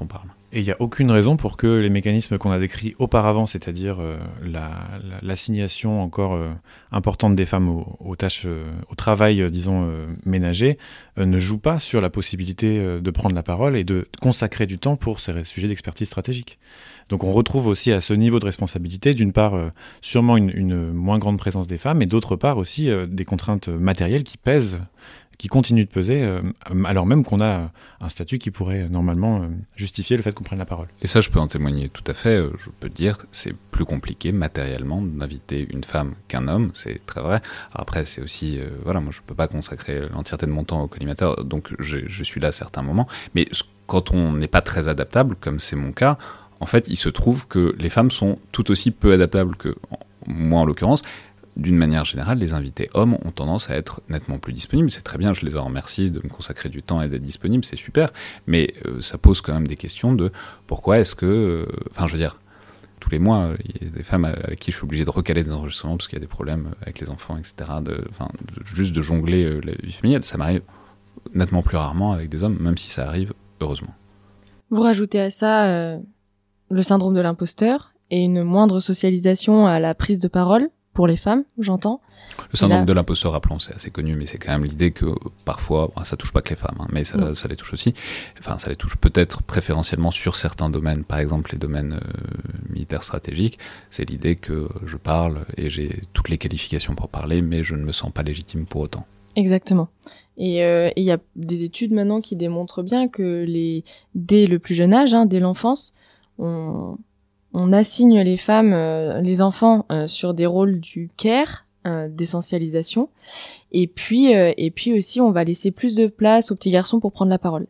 Et il n'y a aucune raison pour que les mécanismes qu'on a décrits auparavant, c'est-à-dire euh, la, la, l'assignation encore euh, importante des femmes aux, aux tâches, euh, au travail, euh, disons, euh, ménager, euh, ne jouent pas sur la possibilité euh, de prendre la parole et de consacrer du temps pour ces sujets d'expertise stratégique. Donc on retrouve aussi à ce niveau de responsabilité, d'une part, euh, sûrement une, une moins grande présence des femmes, et d'autre part aussi euh, des contraintes matérielles qui pèsent, qui continuent de peser, euh, alors même qu'on a un statut qui pourrait normalement euh, justifier le fait qu'on prenne la parole. Et ça, je peux en témoigner tout à fait. Je peux te dire, c'est plus compliqué matériellement d'inviter une femme qu'un homme, c'est très vrai. Après, c'est aussi, euh, voilà, moi je peux pas consacrer l'entièreté de mon temps au collimateur, donc je, je suis là à certains moments. Mais quand on n'est pas très adaptable, comme c'est mon cas, en fait, il se trouve que les femmes sont tout aussi peu adaptables que moi en l'occurrence. D'une manière générale, les invités hommes ont tendance à être nettement plus disponibles. C'est très bien, je les en remercie de me consacrer du temps et d'être disponible, c'est super. Mais euh, ça pose quand même des questions de pourquoi est-ce que... Enfin, euh, je veux dire, tous les mois, il y a des femmes avec qui je suis obligé de recaler des enregistrements parce qu'il y a des problèmes avec les enfants, et cetera. De, enfin, de, juste de jongler euh, la vie familiale. Ça m'arrive nettement plus rarement avec des hommes, même si ça arrive, heureusement. Vous rajoutez à ça euh, le syndrome de l'imposteur et une moindre socialisation à la prise de parole. Pour les femmes, j'entends. Le syndrome là... de l'imposteur, rappelons, c'est assez connu, mais c'est quand même l'idée que parfois, ça touche pas que les femmes, hein, mais ça, mmh. ça les touche aussi. Enfin, ça les touche peut-être préférentiellement sur certains domaines, par exemple les domaines euh, militaires stratégiques. C'est l'idée que je parle et j'ai toutes les qualifications pour parler, mais je ne me sens pas légitime pour autant. Exactement. Et il euh, y a des études maintenant qui démontrent bien que les, dès le plus jeune âge, hein, dès l'enfance, on... on assigne les femmes, euh, les enfants euh, sur des rôles du care, euh, d'essentialisation, et puis euh, et puis aussi on va laisser plus de place aux petits garçons pour prendre la parole.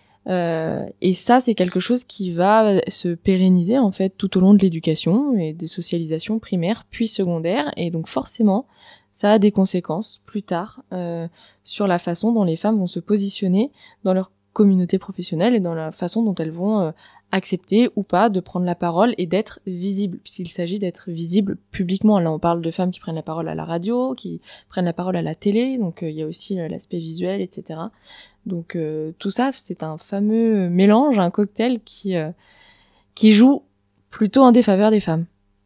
Euh, et ça, c'est quelque chose qui va se pérenniser en fait tout au long de l'éducation et des socialisations primaires puis secondaires, et donc forcément, ça a des conséquences plus tard euh, sur la façon dont les femmes vont se positionner dans leur communauté professionnelle et dans la façon dont elles vont euh, accepter ou pas de prendre la parole et d'être visible, puisqu'il s'agit d'être visible publiquement. Là, on parle de femmes qui prennent la parole à la radio, qui prennent la parole à la télé, donc il euh, y a aussi euh, l'aspect visuel, et cetera. Donc euh, tout ça, c'est un fameux mélange, un cocktail qui euh, qui joue plutôt en défaveur des femmes.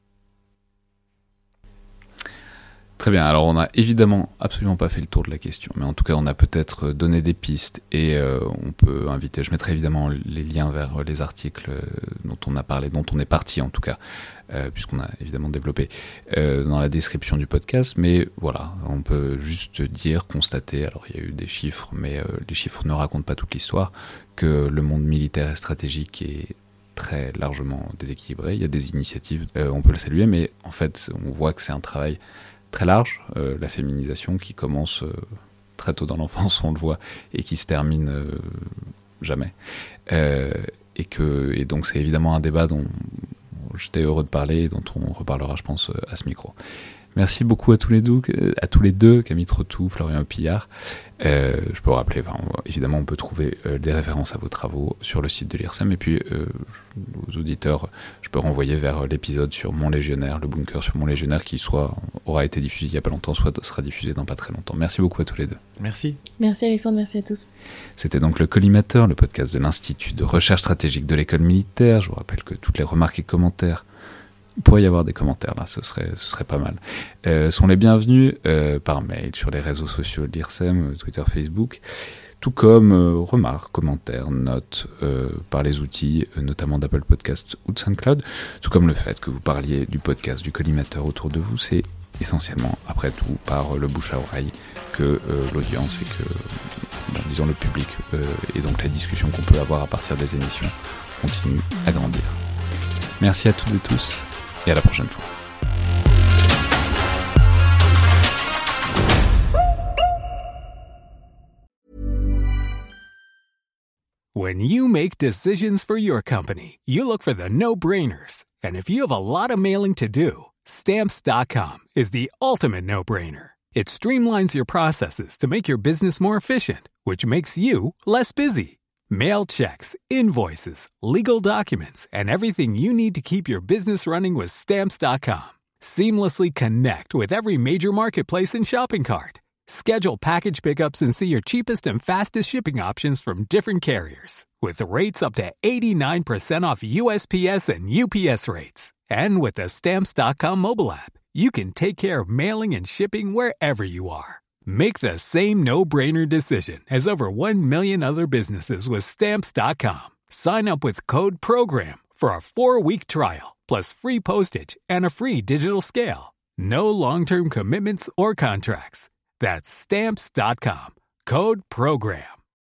Très bien, alors on n'a évidemment absolument pas fait le tour de la question, mais en tout cas on a peut-être donné des pistes et euh, on peut inviter, je mettrai évidemment les liens vers les articles dont on a parlé, dont on est parti en tout cas, euh, puisqu'on a évidemment développé euh, dans la description du podcast, mais voilà, on peut juste dire, constater, alors il y a eu des chiffres, mais euh, les chiffres ne racontent pas toute l'histoire, que le monde militaire et stratégique est très largement déséquilibré, il y a des initiatives, euh, on peut le saluer, mais en fait on voit que c'est un travail très large, euh, la féminisation qui commence euh, très tôt dans l'enfance, on le voit, et qui se termine euh, jamais. Euh, et, que, et donc c'est évidemment un débat dont j'étais heureux de parler et dont on reparlera, je pense, à ce micro. Merci beaucoup à tous les deux, à tous les deux Camille Trottou, Florian Pillard. Euh, je peux vous rappeler, enfin, évidemment, on peut trouver euh, des références à vos travaux sur le site de l'I R S E M. Et puis, euh, aux auditeurs, je peux renvoyer vers l'épisode sur Mon Légionnaire, le bunker sur Mon Légionnaire, qui soit aura été diffusé il n'y a pas longtemps, soit sera diffusé dans pas très longtemps. Merci beaucoup à tous les deux. Merci. Merci Alexandre, merci à tous. C'était donc le Collimateur, le podcast de l'Institut de recherche stratégique de l'école militaire. Je vous rappelle que toutes les remarques et commentaires, il pourrait y avoir des commentaires là, ce serait, ce serait pas mal, euh, sont les bienvenus euh, par mail sur les réseaux sociaux de l'I R S E M, Twitter, Facebook, tout comme euh, remarques, commentaires, notes euh, par les outils, euh, notamment d'Apple Podcast ou de SoundCloud, tout comme le fait que vous parliez du podcast, du collimateur autour de vous, c'est essentiellement, après tout, par le bouche à oreille que euh, l'audience et que, bon, disons, le public euh, et donc la discussion qu'on peut avoir à partir des émissions continue à grandir. Merci à toutes et tous. Et à la prochaine fois. When you make decisions for your company, you look for the no-brainers. And if you have a lot of mailing to do, Stamps dot com is the ultimate no-brainer. It streamlines your processes to make your business more efficient, which makes you less busy. Mail checks, invoices, legal documents, and everything you need to keep your business running with Stamps dot com. Seamlessly connect with every major marketplace and shopping cart. Schedule package pickups and see your cheapest and fastest shipping options from different carriers, with rates up to eighty-nine percent off U S P S and U P S rates. And with the Stamps dot com mobile app, you can take care of mailing and shipping wherever you are. Make the same no-brainer decision as over one million other businesses with Stamps dot com. Sign up with code PROGRAM for a four-week trial, plus free postage and a free digital scale. No long-term commitments or contracts. That's Stamps dot com. Code PROGRAM.